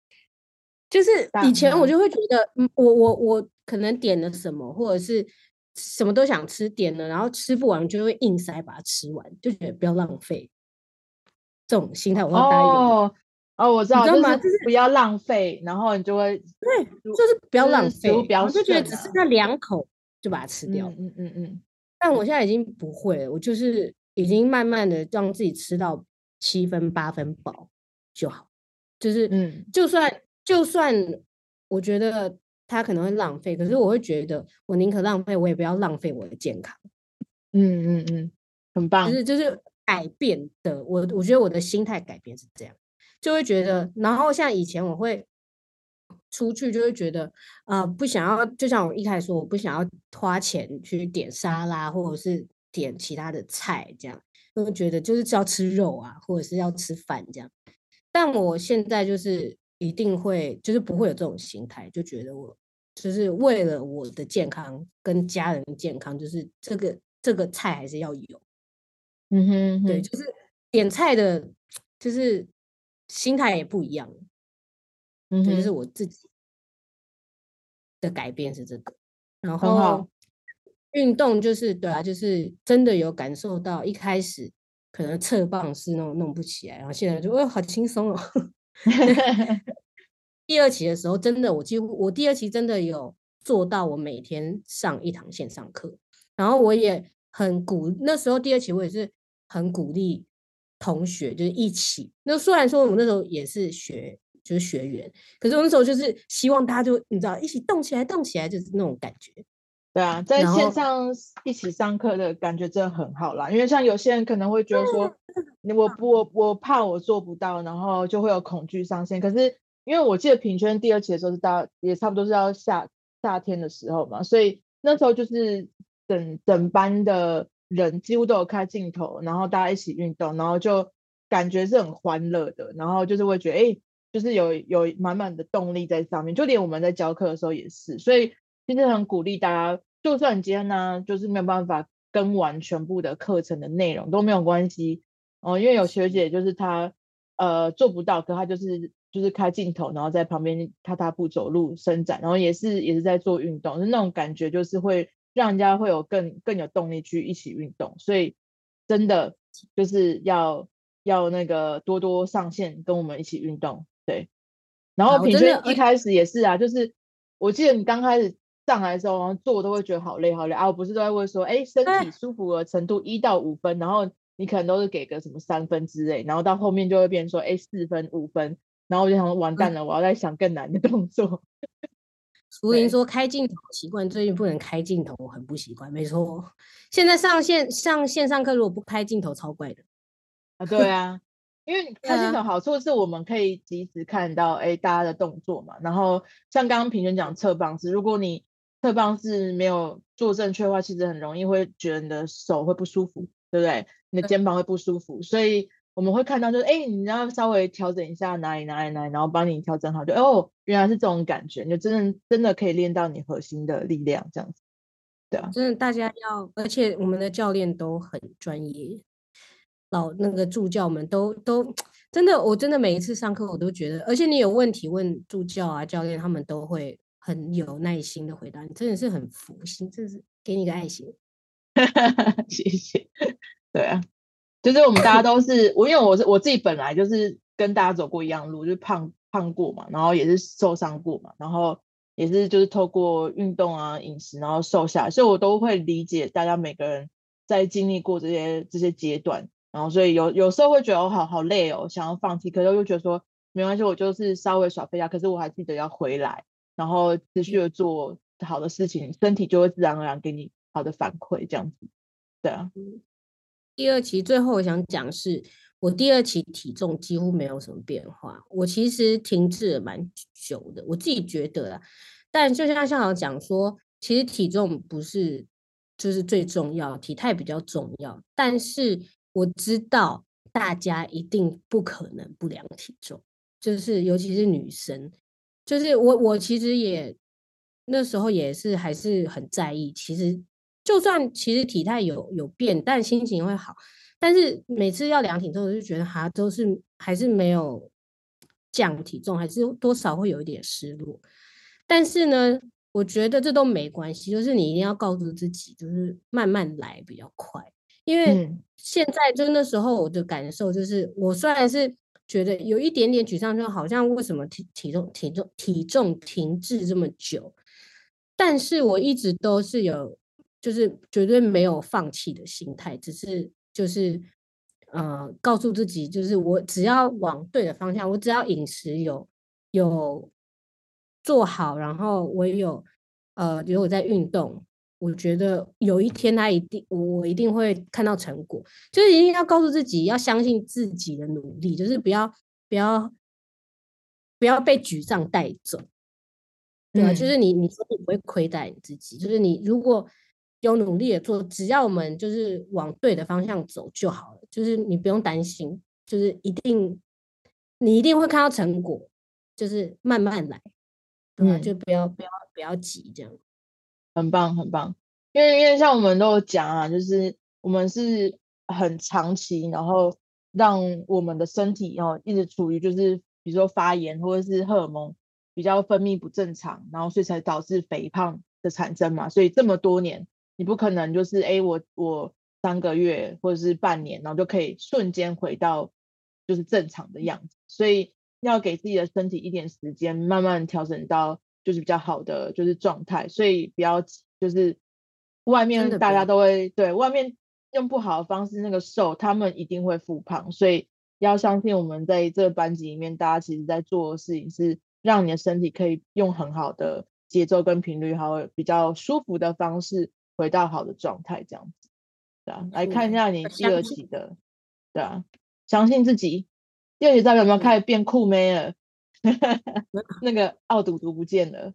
就是以前我好， 就会觉得，我可能点了什么，或者是什么都想吃，点了然后吃不完就会硬塞把它吃完，就觉得不要浪费。这种心态，我不知道大家有没有？ 哦哦，我知道， 你知道吗？ 就是就是不要浪费，然后你就会对， 就就是不要浪就是食物比费，然较后就觉得剩啊。 只剩下2口就把它吃掉。 嗯嗯嗯嗯但我现在已经不会了，我就是已经慢慢的让自己吃到7分8分饱就好。就是嗯就算我觉得它可能会浪费，可是我会觉得我宁可浪费，我也不要浪费我的健康。 嗯嗯嗯，很棒。 就是改变的，我觉得我的心态改变是这样，就会觉得，然后像以前我会出去就会觉得，不想要，就像我一开始说，我不想要花钱去点沙拉或者是点其他的菜这样，因为觉得就是要吃肉啊，或者是要吃饭这样。但我现在就是一定会，就是不会有这种心态，就觉得我就是为了我的健康跟家人的健康，就是这个菜还是要有。 嗯哼对， 哼， 就是点菜的，就是心态也不一样。对，就是嗯哼， 我自己的改变是这个。然很好。 后运动就是对啊，就是真的有感受到一开始可能侧棒是弄不起来，然后现在就好轻松哦。第二期的时候，真的我第二期真的有做到，我每天上1堂线上课，然后我也那时候第二期我也是很鼓励同学，就是一起。那虽然说我们那时候也是就是学员，可是我那时候就是希望大家就你知道一起动起来，动起来，就是那种感觉。 对啊，在然后线上一起上课的感觉真的很好啦，因为像有些人可能会觉得说，我怕我做不到，然后就会有恐惧上线。可是因为我记得品轩第二期的时候也差不多是要夏天的时候嘛，所以那时候就是整班的人几乎都有开镜头，然后大家一起运动，然后就感觉是很欢乐的，然后就是会觉得就是有满满的动力在上面，就连我们在教课的时候也是，所以其实很鼓励大家，就算你今天呢就是没有办法跟完全部的课程的内容都没有关系哦，因为有学姐就是她做不到，可她就是开镜头，然后在旁边踏踏步走路伸展，然后也是在做运动，是那种感觉就是会让人家会有更有动力去一起运动，所以真的就是要那个多多上线跟我们一起运动，对。然后好，我品真的， 轩一开始也是啊，就是我记得你刚开始上来的时候，然后做都会觉得好累好累啊，我不是都在问说，哎，身体哎， 舒服的程度1到5分，然后你可能都是给个什么3分之类，然后到后面就会变成说，哎，4分5分，然后我就想说完蛋了，我要再想更难的动作。 福林对说开镜头习惯，最近不能开镜头，我很不习惯。没错，现在上线上课，如果不开镜头，超怪的。 啊，对啊，因为对啊， 开镜头好处是我们可以及时看到大家的动作嘛，然后像刚刚平权讲侧棒式，如果你侧棒式没有做正确的话，其实很容易会觉得你的手会不舒服，对不对？你的肩膀会不舒服，所以我们会看到就是你要稍微调整一下哪里，然后帮你调整好，就原来是这种感觉，你就真的可以练到你核心的力量这样子，对啊。 真的大家要，而且我们的教练都很专业，那个助教们都真的，我真的每一次上课我都觉得，而且你有问题问助教啊教练，他们都会很有耐心的回答你，真的是很服心，真的是给你个爱心。 谢谢，对啊。就是我们大家都是因为我自己本来就是跟大家走过一样路，就是胖过嘛，然后也是受伤过嘛，然后也是就是透过运动啊饮食，然后瘦下来，所以我都会理解大家每个人在经历过这些阶段，然后所以有时候会觉得好累哦，想要放弃，可是又觉得说没关系，我就是稍微耍废一下，可是我还记得要回来，然后持续的做好的事情，身体就会自然而然给你好的反馈，这样子，对啊。 第二期最后我想讲是，我第二期体重几乎没有什么变化，我其实停滞了蛮久的，我自己觉得啦。但就像校长讲说，其实体重不是就是最重要，体态比较重要。但是我知道大家一定不可能不量体重，就是尤其是女生，就是我其实也那时候也是还是很在意，其实就算其实体态有变，但心情会好。但是每次要量体重，我就觉得哈都是还是没有降体重，还是多少会有一点失落。但是呢， 我觉得这都没关系，就是你一定要告诉自己，就是慢慢来比较快。因为现在就那时候我的感受就是，我虽然是觉得有一点点沮丧，就好像为什么体重停滞这么久，但是我一直都是有，就是绝对没有放弃的心态，只是就是告诉自己，就是我只要往对的方向，我只要饮食有做好，然后我有在运动，我觉得有一天我一定会看到成果，就是一定要告诉自己，要相信自己的努力，就是不要不要被沮丧带走。对啊，就是你说你不会亏待你自己，就是你如果有努力的做，只要我们就是往对的方向走就好了，就是你不用担心，就是你一定会看到成果，就是慢慢来，对啊，就不要急这样。 很棒很棒，因为像我们都有讲啊，就是我们是很长期，然后让我们的身体一直处于就是比如说发炎或者是荷尔蒙比较分泌不正常，然后所以才导致肥胖的产生嘛。所以这么多年，你不可能就是我3个月或者是半年，然后就可以瞬间回到就是正常的样子，所以要给自己的身体一点时间，慢慢调整到就是比较好的就是状态，所以不要就是外面大家真的不要。 都会对外面用不好的方式那个瘦，他们一定会复胖，所以要相信我们在这个班级里面，大家其实在做的事情是让你的身体可以用很好的节奏跟频率，还有比较舒服的方式回到好的状态，这样子。对啊，来看一下你第二相信。 期的，对啊，相信自己。第二期代表有没有开对， 始变酷妹了？那个傲嘟嘟不见了。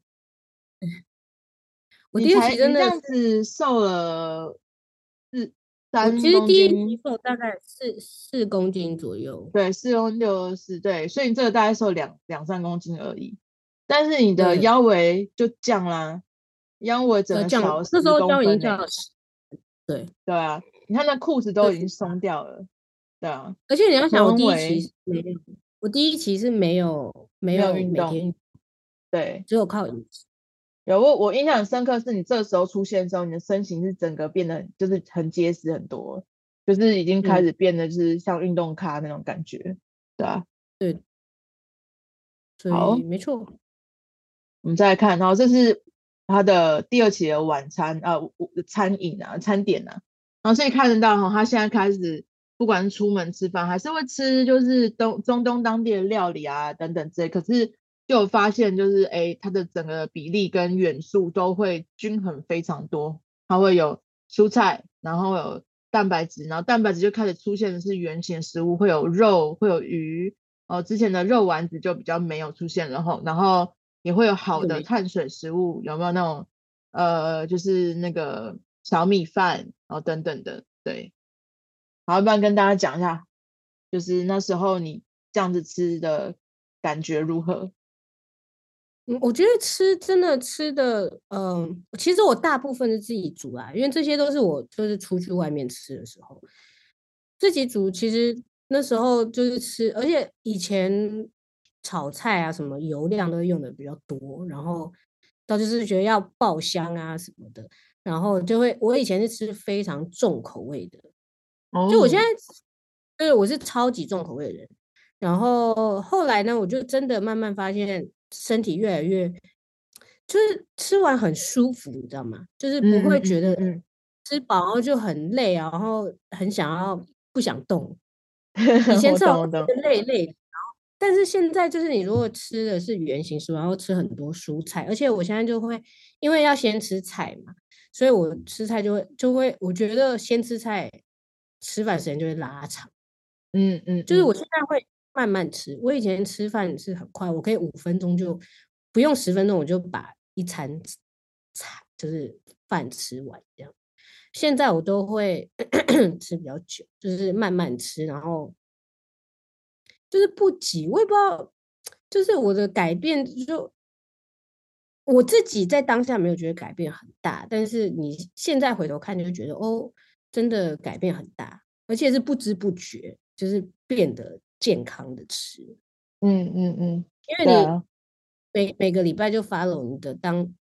我第二期真你这的是， 样子瘦了四三我其实第一期公斤， 瘦大概4公斤左右。 对，4用624，对，所以你这个大概瘦2-3公斤而已，但是你的对， 腰围就降啦，腰围整个小了十那时候公分呢、 教已经教了对， 对啊，你看那裤子都已经就是松掉了，对啊， 而且你要想，我臀第一期围是没有，我第一期是没没有有运动， 每天， 对。 只有靠饮食。 我印象很深刻，是你这时候出现的时候，你的身形是整个变得就是很结实很多，就是已经开嗯， 始变得就是像运动咖那种感觉，对啊。 对，所好， 以没错。 我们再来看，然后这是他的第二期的晚餐餐饮啊餐点啊，然后所以看得到哈，他现在开始不管是出门吃饭，还是会吃就是中东当地的料理啊等等之类，可是就有发现就是它的整个比例跟元素都会均衡非常多，它会有蔬菜，然后有蛋白质，然后蛋白质就开始出现的是原型食物，会有肉，会有鱼。之前的肉丸子就比较没有出现了吼，然后也会有好这个没的碳水食物，有没有那种就是那个小米饭等等的，对，好，要不然跟大家讲一下，就是那时候你这样子吃的感觉如何？ 我觉得真的吃的，其实我大部分是自己煮啦，因为这些都是我就是出去外面吃的时候自己煮。其实那时候就是吃，而且以前炒菜啊什么油量都用的比较多，然后到就是觉得要爆香啊什么的，然后我以前是吃非常重口味的，就我现哦， 在就是我是超级重口味的人，然后后来呢，我就真的慢慢发现身体越来越，就是吃完很舒服，你知道吗？就是不嗯嗯会觉得嗯嗯吃饱然后就很累啊，然后很想要不想动。 嗯， 以前我吃好懂我懂， 像累的，但是现在就是你如果吃的是原形食物，然后吃很多蔬菜，而且我现在就会因为要先吃菜嘛，所以我吃菜就会，我觉得先吃菜，吃饭时间就会拉长。 嗯嗯嗯， 就是我现在会慢慢吃，我以前吃饭是很快，我可以5分钟就不用10分钟，我就把一餐菜就是饭吃完这样。现在我都会吃比较久，就是慢慢吃，然后就是不急，我也不知道，就是我的改变就我自己在当下没有觉得改变很大，但是你现在回头看就会觉得哦，真的改变很大，而且是不知不觉，就是变得健康的吃。 嗯嗯嗯， 因为你对啊， 每个礼拜就 follow 你的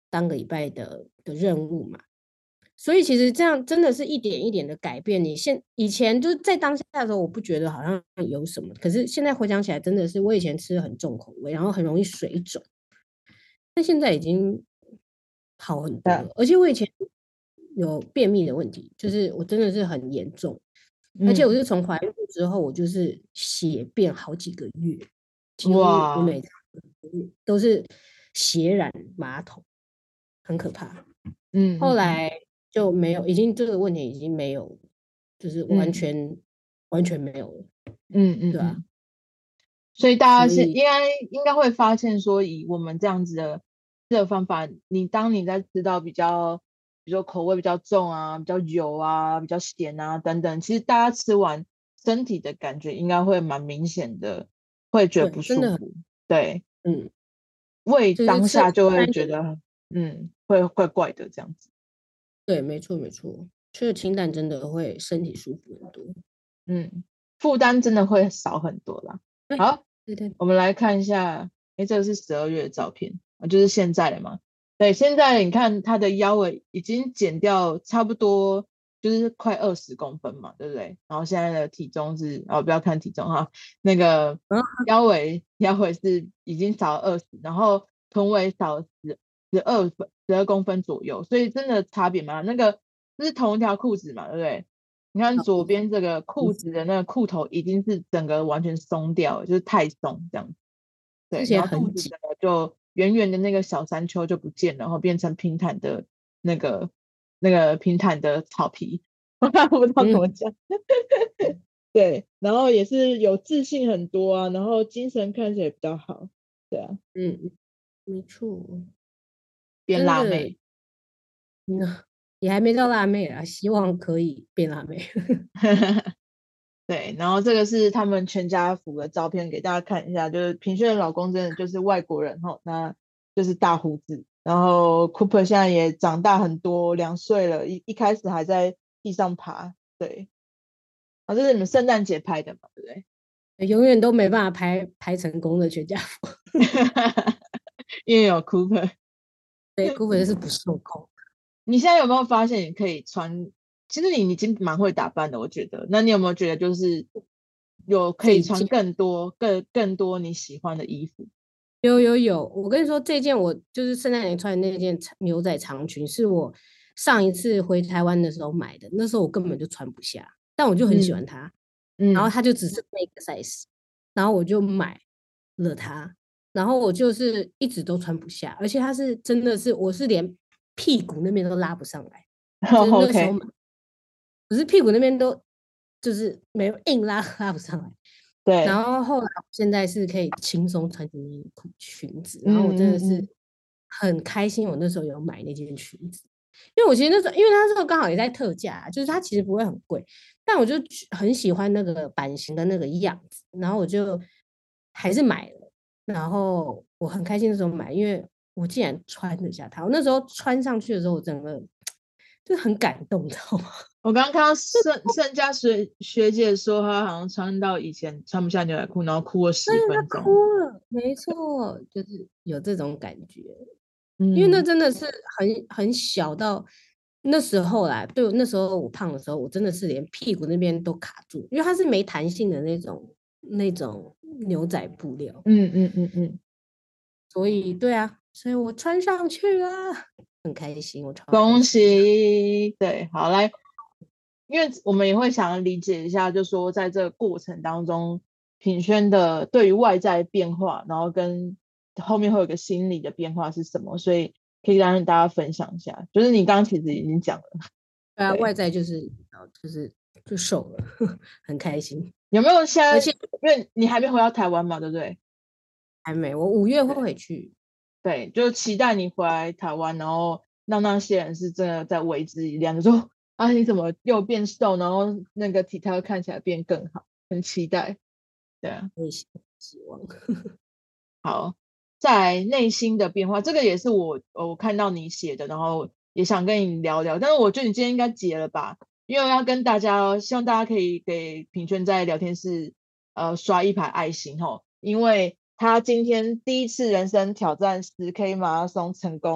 当个礼拜的任务嘛。所以其实这样真的是一点一点的改变。以前就是在当下的时候，我不觉得好像有什么，可是现在回想起来，真的是我以前吃的很重口味，然后很容易水肿，但现在已经好很多了。而且我以前有便秘的问题，就是我真的是很严重，而且我是从怀孕之后，我就是血便好几个月，几乎我哇， 每次都是血染马桶，很可怕。后来就没有，已经这个问题已经没有，就是完全没有了，对啊。 所以大家所以应该会发现说，以我们这样子的这个方法，当你在吃到比如说口味比较重啊、比较油啊、比较咸啊等等，其实大家吃完身体的感觉应该会蛮明显的，会觉得不对，真的很， 舒服。对， 嗯， 胃就是吃了当下就会清淡一点， 觉得会怪怪的这样子。 对，没错没错，吃了清淡真的会身体舒服很多。 嗯，负担真的会少很多啦。 对好， 对对， 我们来看一下，这个是12月的照片啊，就是现在的嘛。对，现在你看他的腰围已经减掉差不多，就是快20公分嘛，对不对？然后现在的体重是，不要看体重哈，那个然后腰围是已经少了20，然后臀围少了12公分左右，所以真的差别蛮大。那个这是同一条裤子嘛，对不对？你看左边这个裤子的那个裤头已经是整个完全松掉了，就是太松这样子。 之对，然后肚前很紧， 子整个就圆圆的那个小山丘就不见了，然后变成平坦的那个平坦的草皮，我不知道怎嗯么讲。对，然后也是有自信很多啊，然后精神看起来也比较好。对啊， 嗯，没错， 变真的， 辣妹。 也还没到辣妹啊，希望可以变辣妹。 对，然后这个是他们全家福的照片，给大家看一下。就是品轩的老公真的就是外国人吼，那就是大胡子。然后 Cooper 现在也长大很多，2岁了，一开始还在地上爬。对，这是你们圣诞节拍的嘛，对不对？ 永远都没办法拍成功的全家福。 因为有 Cooper。 对，Cooper 是不受控。 你现在有没有发现你可以穿？其实你已经蛮会打扮的，我觉得。那你有没有觉得就是有可以穿这一件更多你喜欢的衣服？ 有，我跟你说，这件我就是圣诞节穿的那件牛仔长裙，是我上一次回台湾的时候买的，那时候我根本就穿不下，但我就很喜欢嗯它，然后嗯， 它就只是那个 size，然后我就买了它，然后我就是一直都穿不下，而且它是真的是我是连屁股那边都拉不上来，就是那时候 OK， 买，可是屁股那边都就是没有硬拉不上来。 对， 然后后来现在是可以轻松穿进那个裙子，然后我真的是嗯嗯嗯。 很开心，我那时候有买那件裙子，因为我其实那时候，因为它那时候刚好也在特价，就是它其实不会很贵，但我就很喜欢那个版型的那个样子，然后我就还是买了，然后我很开心的时候买，因为我竟然穿得下它，我那时候穿上去的时候，我整个就很感动，你知道吗？ 我刚刚看到盛佳学姐说，她好像穿到以前穿不下牛仔裤，然后哭了十对，他分钟。 哭了，没错，就是有这种感觉。因为那嗯真的是很小到那时候啦，对，那时候我胖的时候，我真的是连屁股那边都卡住，因为它是没弹性的那种牛仔布料， 嗯， 所以对啊，所以我穿上去了，很开心，我超开恭心的。 喜。对，好来，因为我们也会想要理解一下，就说在这个过程当中，品轩的对于外在变化，然后跟后面会有个心理的变化是什么，所以可以让大家分享一下。就是你刚刚其实已经讲了。 对啊， 对， 外在就是就瘦了，很开心， 有没有现在？ 而且因为你还没回到台湾嘛，对不对？ 还没，我5月会对。 回去。 对，就期待你回来台湾，然后让那些人是真的在为之一亮，就说啊你怎么又变瘦，然后那个体态看起来变更好，很期待。对啊， 我也希望。 好，在内心的变化，这个也是我看到你写的，然后也想跟你聊聊，但是我觉得你今天应该结了吧，因为要跟大家，希望大家可以给品轩在聊天室刷一排爱心吼，因为他今天第一次人生挑战10K 马拉松成功，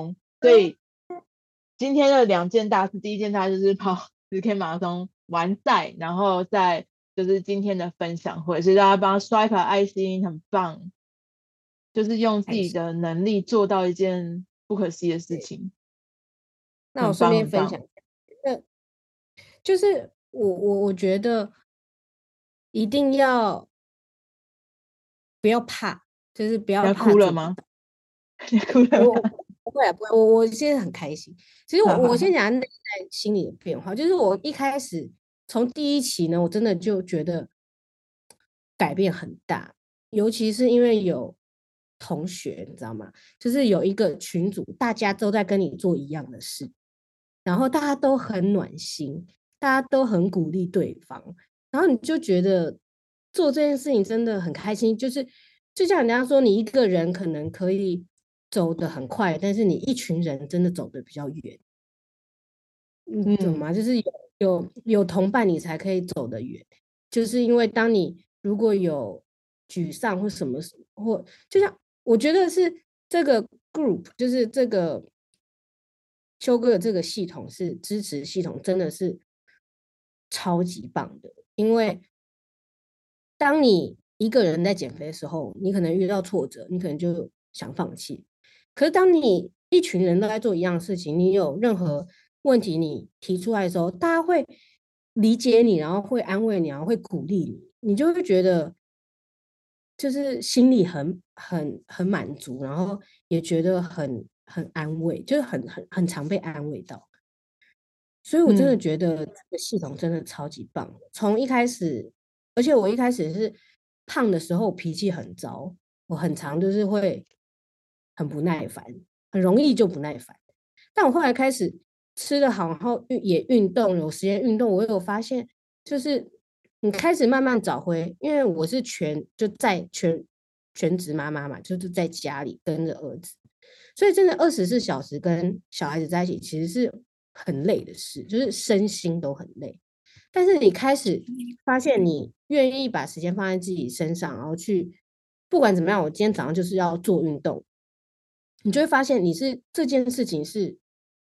所以今天的2件大事，第一件大事就是跑10K 马拉松完赛，然后再就是今天的分享会，所以大家帮他刷一排爱心，很棒，就是用自己的能力做到一件不可思议的事情， 那我顺很棒很棒。 便分享，就是我觉得一定要不要怕，就是不要你要怕做不哭了吗？ 到。 你哭了我吗？ 不会啊，不会，我现在很开心。其实我好好好， 先讲内在心理的变化，就是我一开始从第一期呢，我真的就觉得改变很大，尤其是因为有同学，你知道吗？就是有一个群组，大家都在跟你做一样的事，然后大家都很暖心，大家都很鼓励对方，然后你就觉得做这件事情真的很开心，就是就像人家说，你一个人可能可以走得很快，但是你一群人真的走得比较远，懂嗯吗？就是有同伴，你才可以走得远。就是因为当你如果有沮丧或什么，或就像我觉得是这个 group，就是这个修哥的这个系统是支持系统，真的是超级棒的。因为当你一个人在减肥的时候，你可能遇到挫折，你可能就想放弃。可是当你一群人都在做一样的事情，你有任何问题你提出来的时候，大家会理解你，然后会安慰你，然后会鼓励你，你就会觉得就是心里很满足，然后也觉得很安慰，就是很常被安慰到。所以我真的嗯觉得这个系统真的超级棒。从一开始，而且我一开始是胖的时候脾气很糟，我很常就是会很不耐烦，很容易就不耐烦。但我后来开始吃的好，然后也运动，有时间运动，我有发现，就是你开始慢慢找回，因为我是全职妈妈嘛，就是在家里跟着儿子，所以真的24小时跟小孩子在一起，其实是很累的事，就是身心都很累。但是你开始发现，你愿意把时间放在自己身上，然后去不管怎么样，我今天早上就是要做运动，你就会发现这件事情是，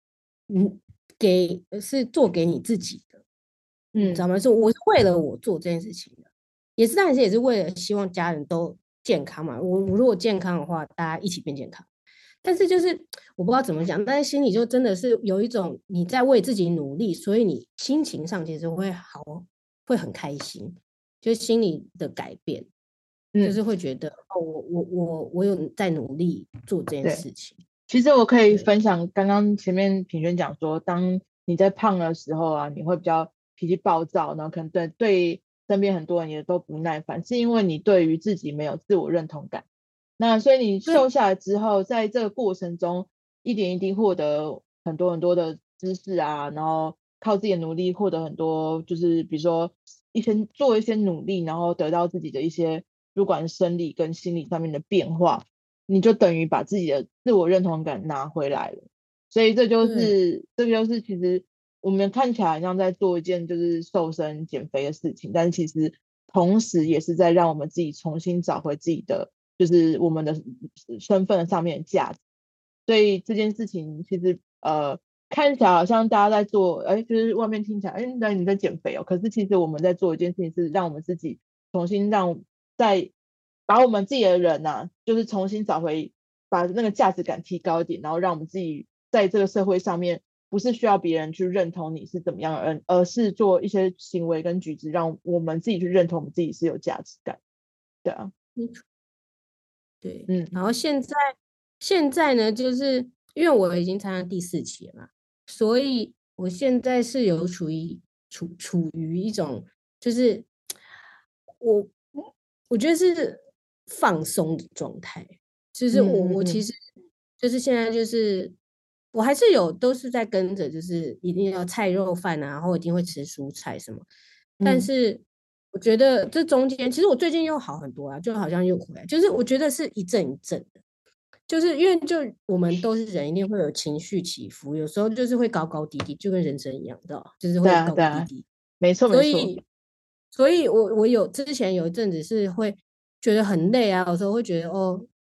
是做给你自己的，你知道嗯吗？我是为了我做这件事情的，也是当然也是为了希望家人都健康嘛。我如果健康的话，大家一起变健康。但是就是我不知道怎么讲，但是心里就真的是有一种你在为自己努力，所以你心情上其实会好，会很开心，就是心里的改变，就嗯， 是会觉得哦，我有在努力做这件对。 事情。 其实我可以对分享，刚刚前面品轩讲说，当你在胖的时候啊，你会比较脾气暴躁，然后可能对身边很多人也都不耐烦，是因为你对于自己没有自我认同感。那所以你瘦对下来之后，在这个过程中，一点一滴获得很多很多的知识啊，然后靠自己的努力获得很多，就是比如说做一些努力，然后得到自己的一些不管生理跟心理上面的变化。你就等于把自己的自我认同感拿回来了。所以对这就是其实我们看起来好像在做一件就是瘦身减肥的事情，但其实同时也是在让我们自己重新找回自己的就是我们的身份上面的价值。所以这件事情其实看起来好像大家在做，哎，就是外面听起来，哎，那你在减肥哦。可是其实我们在做一件事情，是让我们自己重新把我们自己的人呐、就是重新找回，把那个价值感提高一点，然后让我们自己在这个社会上面，不是需要别人去认同你是怎么样的人，而是做一些行为跟举止，让我们自己去认同我们自己是有价值感。对啊， 对， 嗯然后现在呢，就是因为我已经参加第4期了嘛，所以我现在是有处于一种，就是我我觉得是放松的状态，就是我其嗯嗯实就是现在就是我还是都是在跟着，就是一定要菜肉饭啊，然后一定会吃蔬菜什么，但嗯是我觉得这中间，其实我最近又好很多啊，就好像又回来，就是我觉得是一阵一阵的，就是因为就我们都是人，一定会有情绪起伏，有时候就是会高高低低，就跟人生一样，知道就是对会啊对啊， 高高低低。 没错没错， 所以，所以我之前有一阵子是会觉得很累啊，有时候会觉得哦，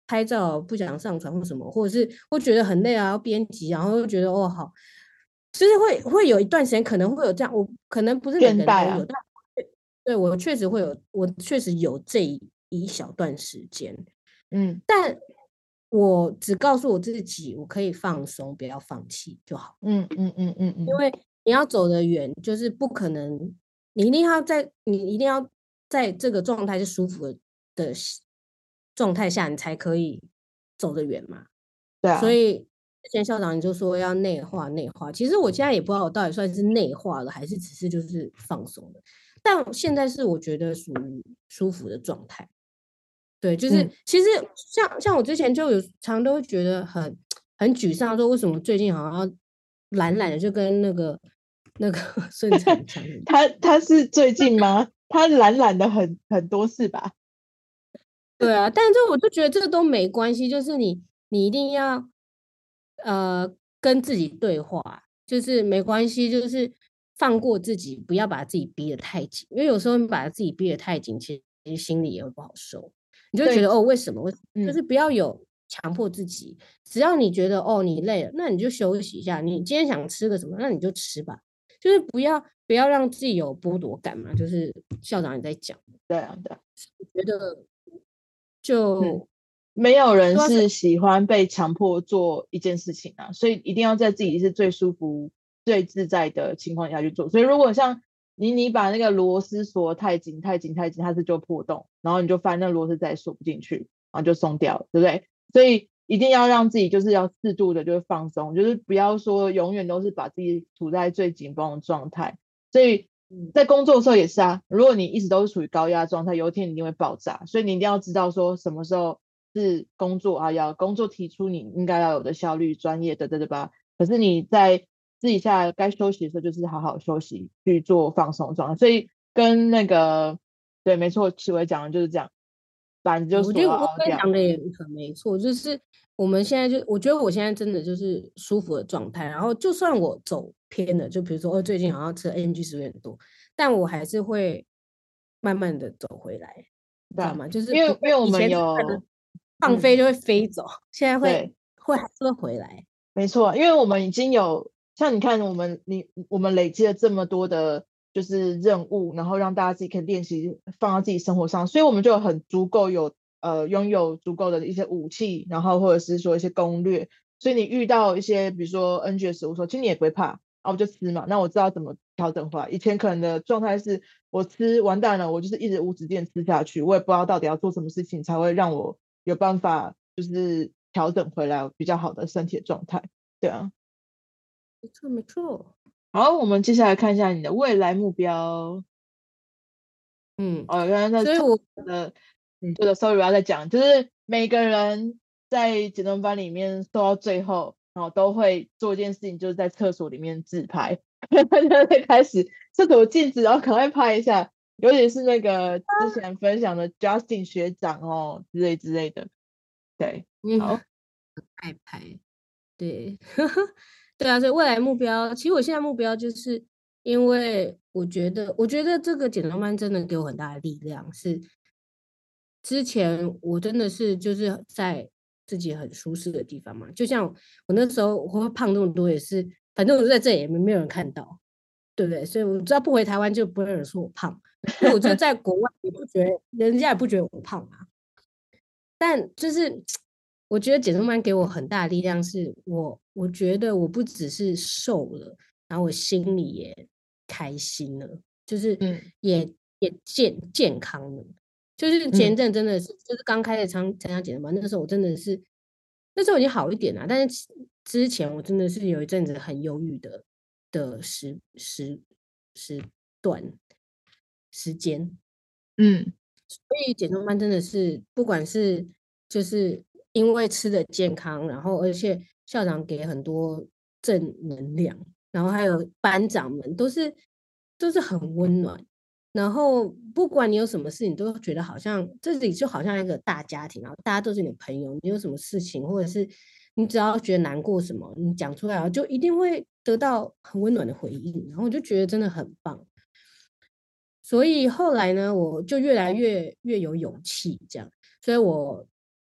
拍照不想上传或什么，或者是会觉得很累啊，要编辑，然后又觉得哦好，就是会有一段时间可能会有这样，我可能不是每个人都有， 倦怠啊。 但对我确实会有，我确实有这一小段时间， 嗯但我只告诉我自己，我可以放松，不要放弃就好。 嗯嗯嗯嗯嗯， 因为你要走得远，就是不可能，你一定要在这个状态是舒服的状态下，你才可以走得远嘛。 对啊。 所以之前校长你就说要内化内化，其实我现在也不知道我到底算是内化了，还是只是就是放松了。但现在是我觉得属于舒服的状态。对，就是其实像我之前就有常都会觉得很沮丧，说为什么最近好像懒懒的，就跟那个顺产讲的， 他是最近吗？他懒懒的很多事吧？ 对啊，但是我就觉得这个都没关系，就是你一定要跟自己对话，就是没关系，就是放过自己，不要把自己逼得太紧，因为有时候你把自己逼得太紧，其实心里也会不好受。你就会觉对。 得哦，为什么？就嗯。 是不要有强迫自己，只要你觉得哦你累了，那你就休息一下。你今天想吃个什么，那你就吃吧，就是不要让自己有剥夺感嘛。就是校长你在讲， 对啊，对啊。 我觉得嗯， 就没有人都要是是喜欢被强迫做一件事情啊，所以一定要在自己是最舒服、最自在的情况下去做。所以如果像你把那个螺丝锁太紧、太紧、太紧，它是就破洞，然后你就发现那螺丝再也锁不进去，然后就松掉了，对不对？所以一定要让自己就是要适度的，就是放松，就是不要说永远都是把自己处在最紧绷的状态。所以在工作的时候也是啊，如果你一直都是处于高压状态，有一天你一定会爆炸，所以你一定要知道说什么时候是工作啊，要工作提出你应该要有的效率、专业的，对吧？可是你在自己下该休息的时候，就是好好休息，去做放松状态。所以跟那个对，没错，启伟讲的就是这样，板子就锁要我觉得我凹掉。 跟你讲的也很没错，就是我们现在我觉得我现在真的就是舒服的状态，然后就算我走偏了，就比如说最近好像吃 NG 食有点多，但我还是会慢慢的走回来，你对啊， 知道吗？就是不会因为我们以前是可能有放飞就会飞走，现在对。 还是会回来。 没错，因为我们已经有像你看，我们累积了这么多的，就是任务，然后让大家自己可以练习放到自己生活上，所以我们就很足够拥有足够的一些武器，然后或者是说一些攻略，所以你遇到一些比如说 NG 的食物说，其实你也不会怕，啊我就吃嘛，那我知道怎么调整回来。以前可能的状态是我吃完蛋了，我就是一直无止境吃下去，我也不知道到底要做什么事情才会让我有办法就是调整回来比较好的身体的状态。对啊。 没错没错， 好，我们接下来看一下你的未来目标。 嗯， 哦，原来那所以我的嗯这个 sorry 我要再讲，就是每个人在减重班里面做到最后，然后都会做一件事情，就是在厕所里面自拍，就会开始厕所镜子，然后赶快拍一下，尤其是那个之前分享的 Justin 学长哦之类之类的。对。 嗯好。 爱拍。对，对啊，所以未来目标，其实我现在目标就是，因为我觉得这个减重班真的给我很大的力量，是之前我真的是就是在自己很舒适的地方嘛，就像我那时候我会胖这么多，也是反正我就在这里，也没有人看到，对不对？所以我知道不回台湾就不会有人说我胖，所以我就在国外也不觉得人家也不觉得我胖啊。但就是我觉得减重班给我很大的力量，是我觉得我不只是瘦了，然后我心里也开心了，就是嗯也健康了。就是前一嗯阵真的是，就是刚开始参加减重班，那时候我真的是那时候已经好一点了，但是之前我真的是有一阵子很忧郁的时段时间， 嗯所以减重班真的是，不管是就是因为吃的健康，然后而且校长给很多正能量，然后还有班长们都是很温暖，然后不管你有什么事情，都觉得好像这里就好像一个大家庭，然后大家都是你的朋友，你有什么事情或者是你只要觉得难过什么，你讲出来，就一定会得到很温暖的回应，然后我就觉得真的很棒。所以后来呢，我就越来越有勇气这样，所以我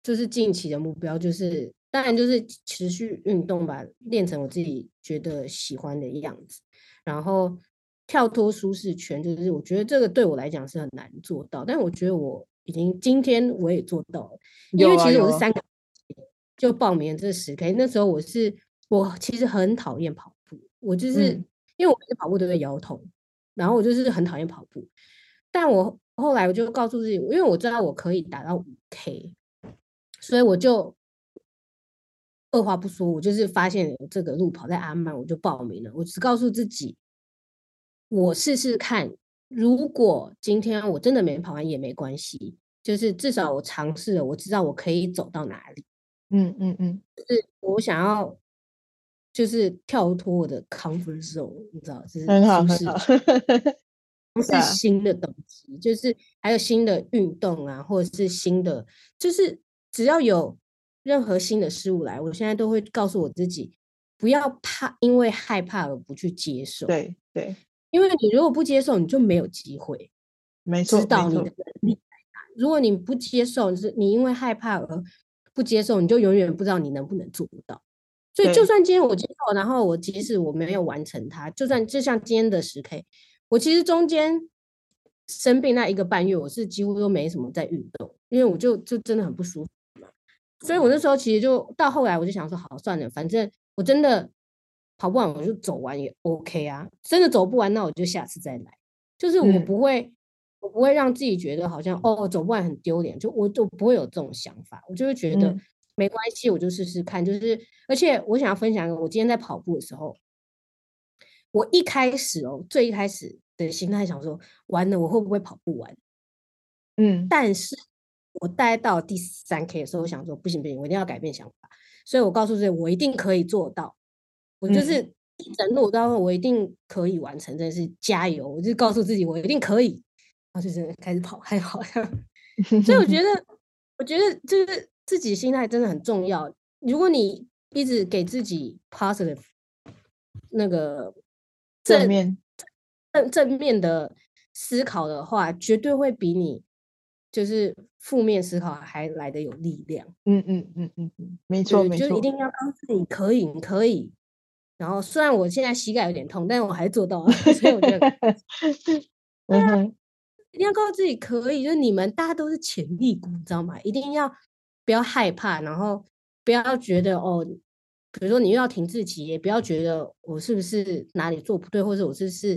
就是近期的目标，就是当然就是持续运动吧，练成我自己觉得喜欢的样子，然后跳脱舒适圈，就是我觉得这个对我来讲是很难做到，但我觉得我今天我也做到了，因有为其实我啊有啊， 是3个就报名这10K，那时候我其实很讨厌跑步，我就是嗯因为我每次跑步都会摇头，然后我就是很讨厌跑步，但我后来我就告诉自己，因为我知道我可以达到5K，所以我就二话不说，我就是发现有这个路跑在阿曼，我就报名了。我只告诉自己，我试试看，如果今天我真的没跑完也没关系，就是至少我尝试了，我知道我可以走到哪里。 嗯嗯嗯， 我想要就是跳脱我的 comfort zone，你知道，就是很好很好， 舒适圈。不是对啊， 新的东西，就是还有新的运动啊，或者是新的，就是只要有任何新的事物来，我现在都会告诉我自己，不要怕，因为害怕而不去接受， 对对， 因为你如果不接受，你就没有机会没知错没错， 道你的能力在哪。如果你不接受，你因为害怕而不接受，你就永远不知道你能不能做到。所以，就对， 算今天我接受，然后即使我没有完成它，就像今天的10K，我其实中间生病那1个半月，我是几乎都没什么在运动，因为我就真的很不舒服嘛。所以我那时候其实就到后来，我就想说，好算了，反正我真的跑不完，我就走完也 OK 啊。真的走不完，那我就下次再来。就是嗯我不会让自己觉得好像走不完很丢脸，我就不会有这种想法，我就会觉得嗯没关系，我就试试看。就是而且我想要分享，我今天在跑步的时候，我一开始最一开始的心态想说，完了我会不会跑不完？ 嗯但是我大概到第3K 的时候，我想说不行不行，我一定要改变想法，所以我告诉自己，我一定可以做到。我就嗯， 是一整路都我一定可以完成，真的是加油！我就告诉自己，我一定可以，然后就真的开始跑，还好像。所以我觉得就是自己心态真的很重要。如果你一直给自己 positive 那个正正面， 正面的思考的话，绝对会比你就是负面思考还来得有力量。 嗯嗯嗯嗯嗯，没错对， 没错， 就一定要告诉你可以，你可以。然后虽然我现在膝盖有点痛，但是我还做到了，所以我觉得嗯哼， 一定要告诉自己可以，就是你们大家都是潜力股，你知道吗？一定要不要害怕，然后不要觉得比如说你又要停滞期，也不要觉得我是不是哪里做不对，或者我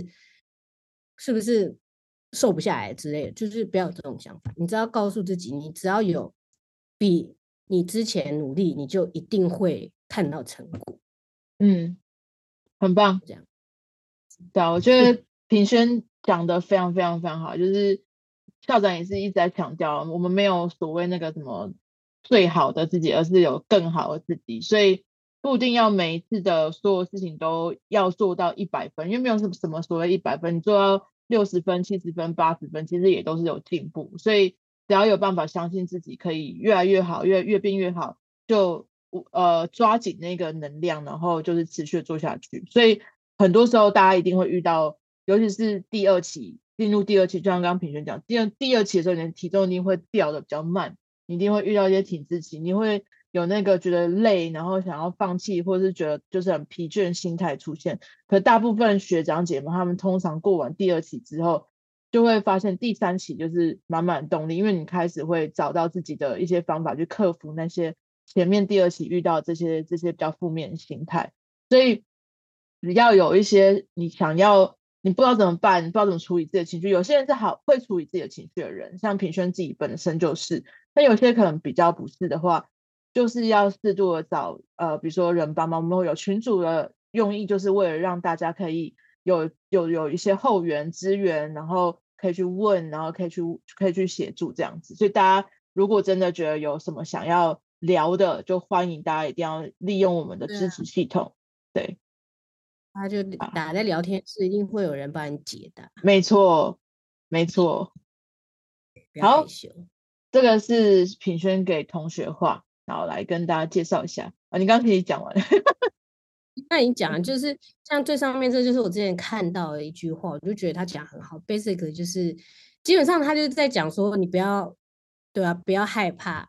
是不是瘦不下来之类的，就是不要有这种想法。你只要告诉自己，你只要有比你之前努力，你就一定会看到成果。 嗯，很棒。 这样， 对啊，我觉得品轩讲的非常非常非常好，就是校长也是一直在强调，我们没有所谓那个什么最好的自己，而是有更好的自己，所以不一定要每一次的所有事情都要做到100分，因为没有什么所谓100分，你做到60分、70分、80分，其实也都是有进步，所以只要有办法相信自己可以越来越好，越变越好，就抓紧那个能量，然后就是持续地做下去，所以。很多时候大家一定会遇到，尤其是第二期进入第二期，就像刚刚品璇讲，第二期的时候，你的体重一定会掉的比较慢，你一定会遇到一些停滞期，你会有那个觉得累，然后想要放弃，或者是觉得就是很疲倦心态出现。可大部分学长姐们，他们通常过完第二期之后，就会发现第三期就是满满动力，因为你开始会找到自己的一些方法去克服那些前面第二期遇到这些比较负面的心态，所以。只要有一些你想要，你不知道怎么办，你不知道怎么处理自己的情绪。有些人是会处理自己的情绪的人，像品轩自己本身就是。但有些可能比较不是的话，就是要适度的找比如说人帮忙。我们会有群组的用意，就是为了让大家可以有一些后援资源，然后可以去问，然后可以去协助这样子。所以大家如果真的觉得有什么想要聊的，就欢迎大家一定要利用我们的对啊， 支持系统。对。 他就打在聊天室，一定会有人帮你解答， 没错，没错。 不要害好， 羞。 这个是品轩给同学画，然后来跟大家介绍一下。啊，你刚刚其实讲完了。 那你讲的就是像最上面，这就是我之前看到的一句话，我就觉得他讲很好。Basically 就是基本上他就是在讲说，你不要，对啊，不要害怕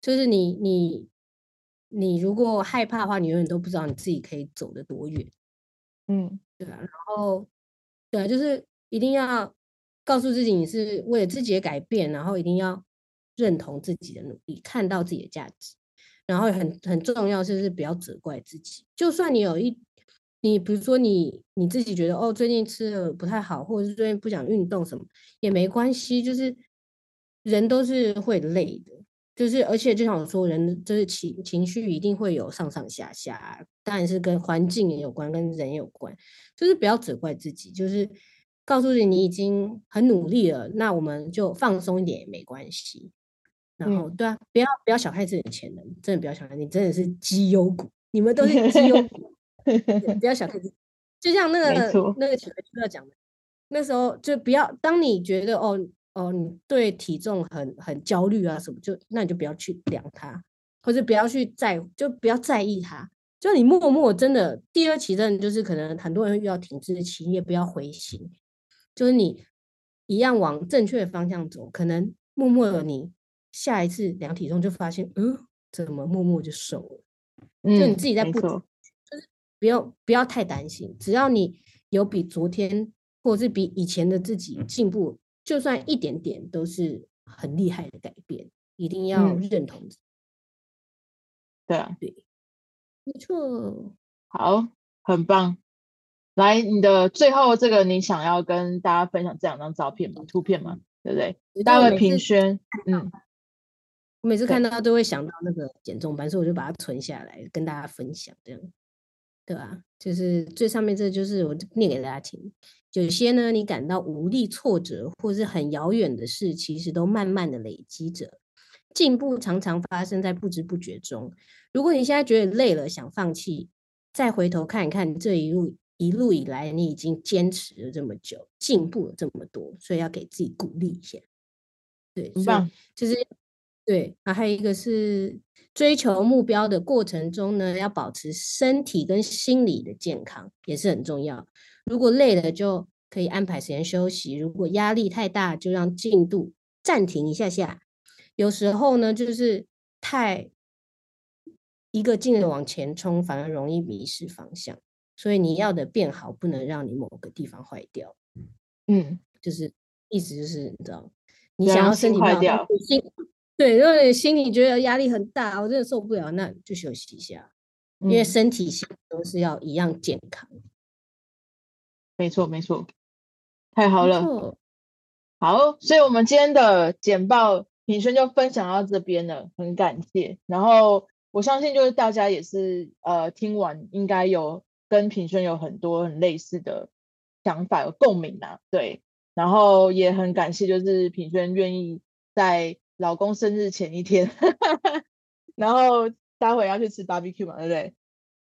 就是你如果害怕的话，你永远都不知道你自己可以走得多远。对啊，然后对啊，就是一定要告诉自己你是为了自己的改变，然后一定要认同自己的努力，看到自己的价值，然后很重要就是不要责怪自己，就算你比如说你自己觉得最近吃的不太好，或者是最近不想运动什么也没关系，就是人都是会累的。就是而且就像我说，人就是情绪一定会有上上下下，当然是跟环境也有关，跟人也有关。就是不要责怪自己，就是告诉你已经很努力了，那我们就放松一点也没关系。然后对啊，不要小看自己的潜能，真的不要小看你真的是绩优股，你们都是绩优股，不要小看自己。就像那没错， 个那个前面要讲的，那时候就不要，当你觉得你对体重很焦虑啊什么，那你就不要去量它，或者不要去就不要在意它。就你默默真的第二期真的就是可能很多人会遇到停滞期，你也不要灰心，就是你一样往正确的方向走，可能默默的你下一次量体重就发现，怎么默默就瘦了？就你自己在不，就没错， 是不要太担心，只要你有比昨天或者是比以前的自己进步，就算一点点，都是很厉害的改变，一定要认同。 对啊， 对，没错。 好，很棒。来，你的最后这个，你想要跟大家分享这两张照片吗？图片吗？对不对？待会就评宣， 我每次看对， 到都会想到那个减重班，所以我就把它存下来跟大家分享，这样。对啊，就是最上面这就是我念给大家听。有些呢，你感到无力、挫折，或是很遥远的事，其实都慢慢的累积着。进步常常发生在不知不觉中。如果你现在觉得累了，想放弃，再回头看一看这一路以来，你已经坚持了这么久，进步了这么多，所以要给自己鼓励一下。对，所以很棒。 就是对，还有一个是追求目标的过程中呢，要保持身体跟心理的健康也是很重要。如果累了，就可以安排时间休息；如果压力太大，就让进度暂停一下下。有时候呢，就是太一个劲的往前冲，反而容易迷失方向。所以你要的变好，不能让你某个地方坏掉。 嗯， 就是意思就是你知道，你想不要让心要身体变好，但坏掉。 是对，如果你心里觉得压力很大，我真的受不了，那就休息一下，因为嗯， 身体心都是要一样健康。 没错，没错，太好了。 没错， 好，所以我们今天的简报评宣就分享到这边了，很感谢。然后我相信就是大家也是听完应该有跟评宣有很多很类似的想法，有共鸣啊，对。然后也很感谢就是评宣愿意在老公生日前一天，然后待会要去吃 barbecue 嘛，对不对？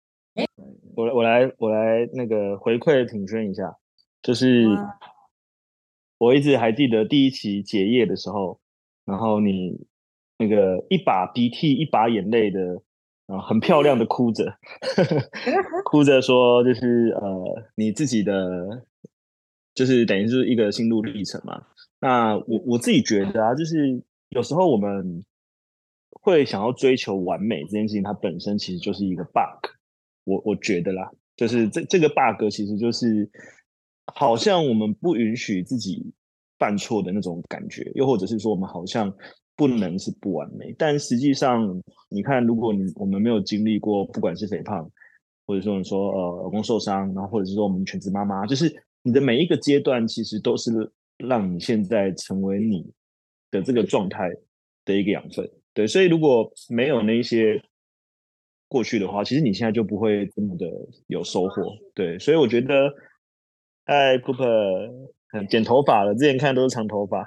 我来那个回馈品轩一下，就是哇， 我一直还记得第一期结业的时候，然后你那个一把鼻涕一把眼泪的，很漂亮的哭着，哭着说就是你自己的就是等于是一个心路历程嘛。那我自己觉得啊，就是有时候我们会想要追求完美这件事情，它本身其实就是一个 bug。我觉得啦，就是这个 bug 其实就是好像我们不允许自己犯错的那种感觉，又或者是说我们好像不能是不完美，但实际上你看，如果我们没有经历过，不管是肥胖，或者说你说老公受伤，然后或者是说我们全职妈妈，就是你的每一个阶段其实都是让你现在成为你的这个状态的一个养分。对，所以如果没有那一些过去的话，其实你现在就不会这么的有收获。对，所以我觉得，哎，Cooper 剪头发了，之前看都是长头发。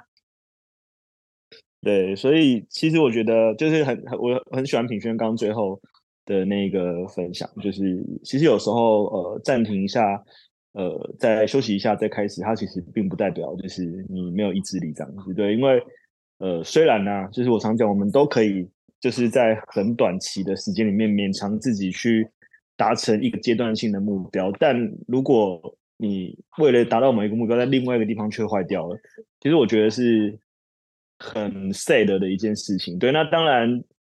对，所以其实我觉得就是我很喜欢品轩刚最后的那个分享，就是其实有时候暂停一下，再休息一下再开始，它其实并不代表就是你没有意志力这样子。对，因为虽然呢、就是我常讲，我们都可以就是在很短期的时间里面勉强自己去达成一个阶段性的目标，但如果你为了达到某一个目标，在另外一个地方却坏掉了，其实我觉得是很 sad 的一件事情。对，那当然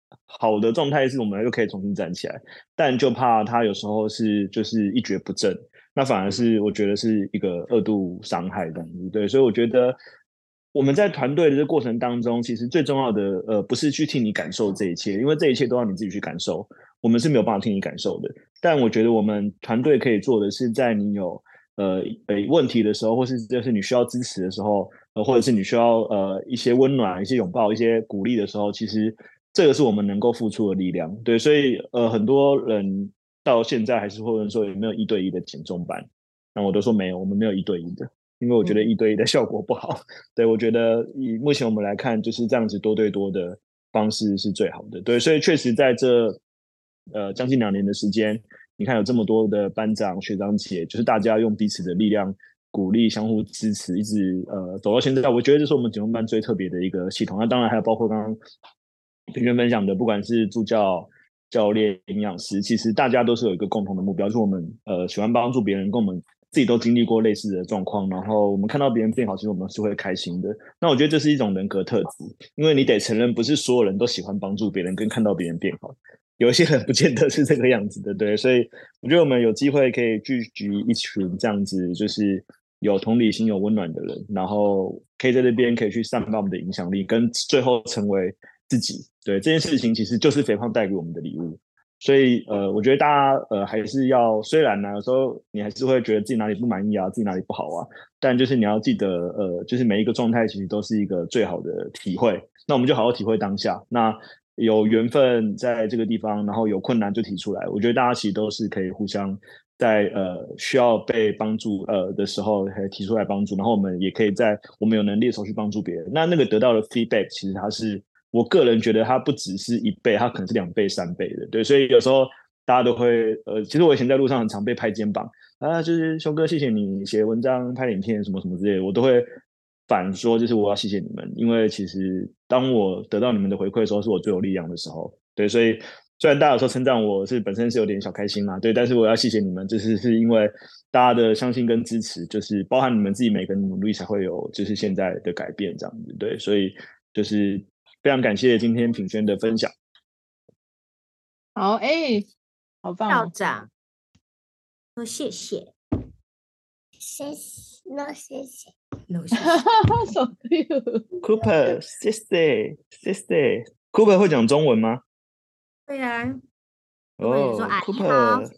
好的状态是我们又可以重新站起来，但就怕他有时候是就是一蹶不振，那反而是我觉得是一个二度伤害这样子。对，所以我觉得我们在团队的这过程当中，其实最重要的不是去替你感受这一切，因为这一切都要你自己去感受，我们是没有办法替你感受的。但我觉得我们团队可以做的是，在你有问题的时候，或是就是你需要支持的时候，或者是你需要一些温暖、一些拥抱、一些鼓励的时候，其实这个是我们能够付出的力量。对，所以很多人到现在还是会问说有没有1对1的减重班，那我都说没有，我们没有1对1的。因为我觉得1对1的效果不好，对，我觉得以目前我们来看，就是这样子多对多的方式是最好的。对，所以确实在这将近2年的时间，你看有这么多的班长、学长姐，就是大家用彼此的力量鼓励、相互支持，一直走到现在。我觉得这是我们减重班最特别的一个系统。那当然还有包括刚刚平娟分享的，不管是助教、教练、营养师，其实大家都是有一个共同的目标，就是我们喜欢帮助别人，跟我们自己都经历过类似的状况，然后我们看到别人变好，其实我们是会开心的。那我觉得这是一种人格特质，因为你得承认，不是所有人都喜欢帮助别人，跟看到别人变好。有一些人不见得是这个样子的，对，所以我觉得我们有机会可以聚集一群这样子，就是有同理心、有温暖的人，然后可以在这边可以去散发我们的影响力，跟最后成为自己。对，这件事情其实就是肥胖带给我们的礼物。所以我觉得大家还是要，虽然呢有时候你还是会觉得自己哪里不满意啊，自己哪里不好啊，但就是你要记得就是每一个状态其实都是一个最好的体会。那我们就好好体会当下。那有缘分在这个地方，然后有困难就提出来。我觉得大家其实都是可以互相在需要被帮助的时候提出来帮助，然后我们也可以在我们有能力的时候去帮助别人。那个得到的 feedback 其实它是我个人觉得它不只是1倍，它可能是2倍、3倍的。对，所以有时候大家都会其实我以前在路上很常被拍肩膀啊，就是熊哥谢谢你写文章、拍影片什么什么之类的，我都会反说，就是我要谢谢你们，因为其实当我得到你们的回馈的时候，是我最有力量的时候。对，所以虽然大家有时候称赞我是本身是有点小开心嘛，对，但是我要谢谢你们，是因为大家的相信跟支持，就是包含你们自己每个人努力才会有就是现在的改变这样子。对，所以就是非常感谢今天品轩的分享。 好，好棒校哦！ 长，说谢谢， 谢谢，no 谢谢。 no 谢谢。 So cute。 Cooper，谢谢谢谢。Cooper 会讲中文吗？ 对啊， 哦说阿姨好 ，Cooper，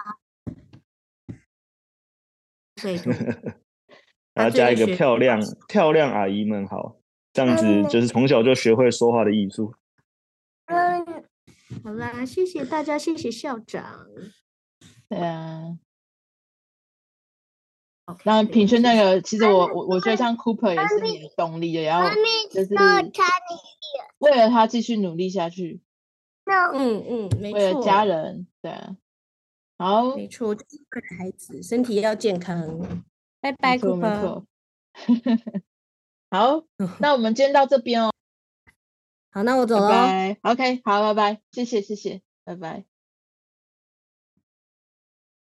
所以就还要加一个漂亮漂亮阿姨们好，这样子就是从小就学会说话的艺术。 好啦，谢谢大家，谢谢校长。 对啊， OK， 然后品轩那个，其实我觉得像 Cooper 也是你的动力，也要就是为了他继续努力下去。 没错， 为了家人，对啊。好， 没错，就是为了孩子身体要健康。拜拜没错没 ，Cooper。 错。好，那我们今天到这边哦。 好，那我走拜了。 拜。OK，好，拜拜，谢谢，拜拜。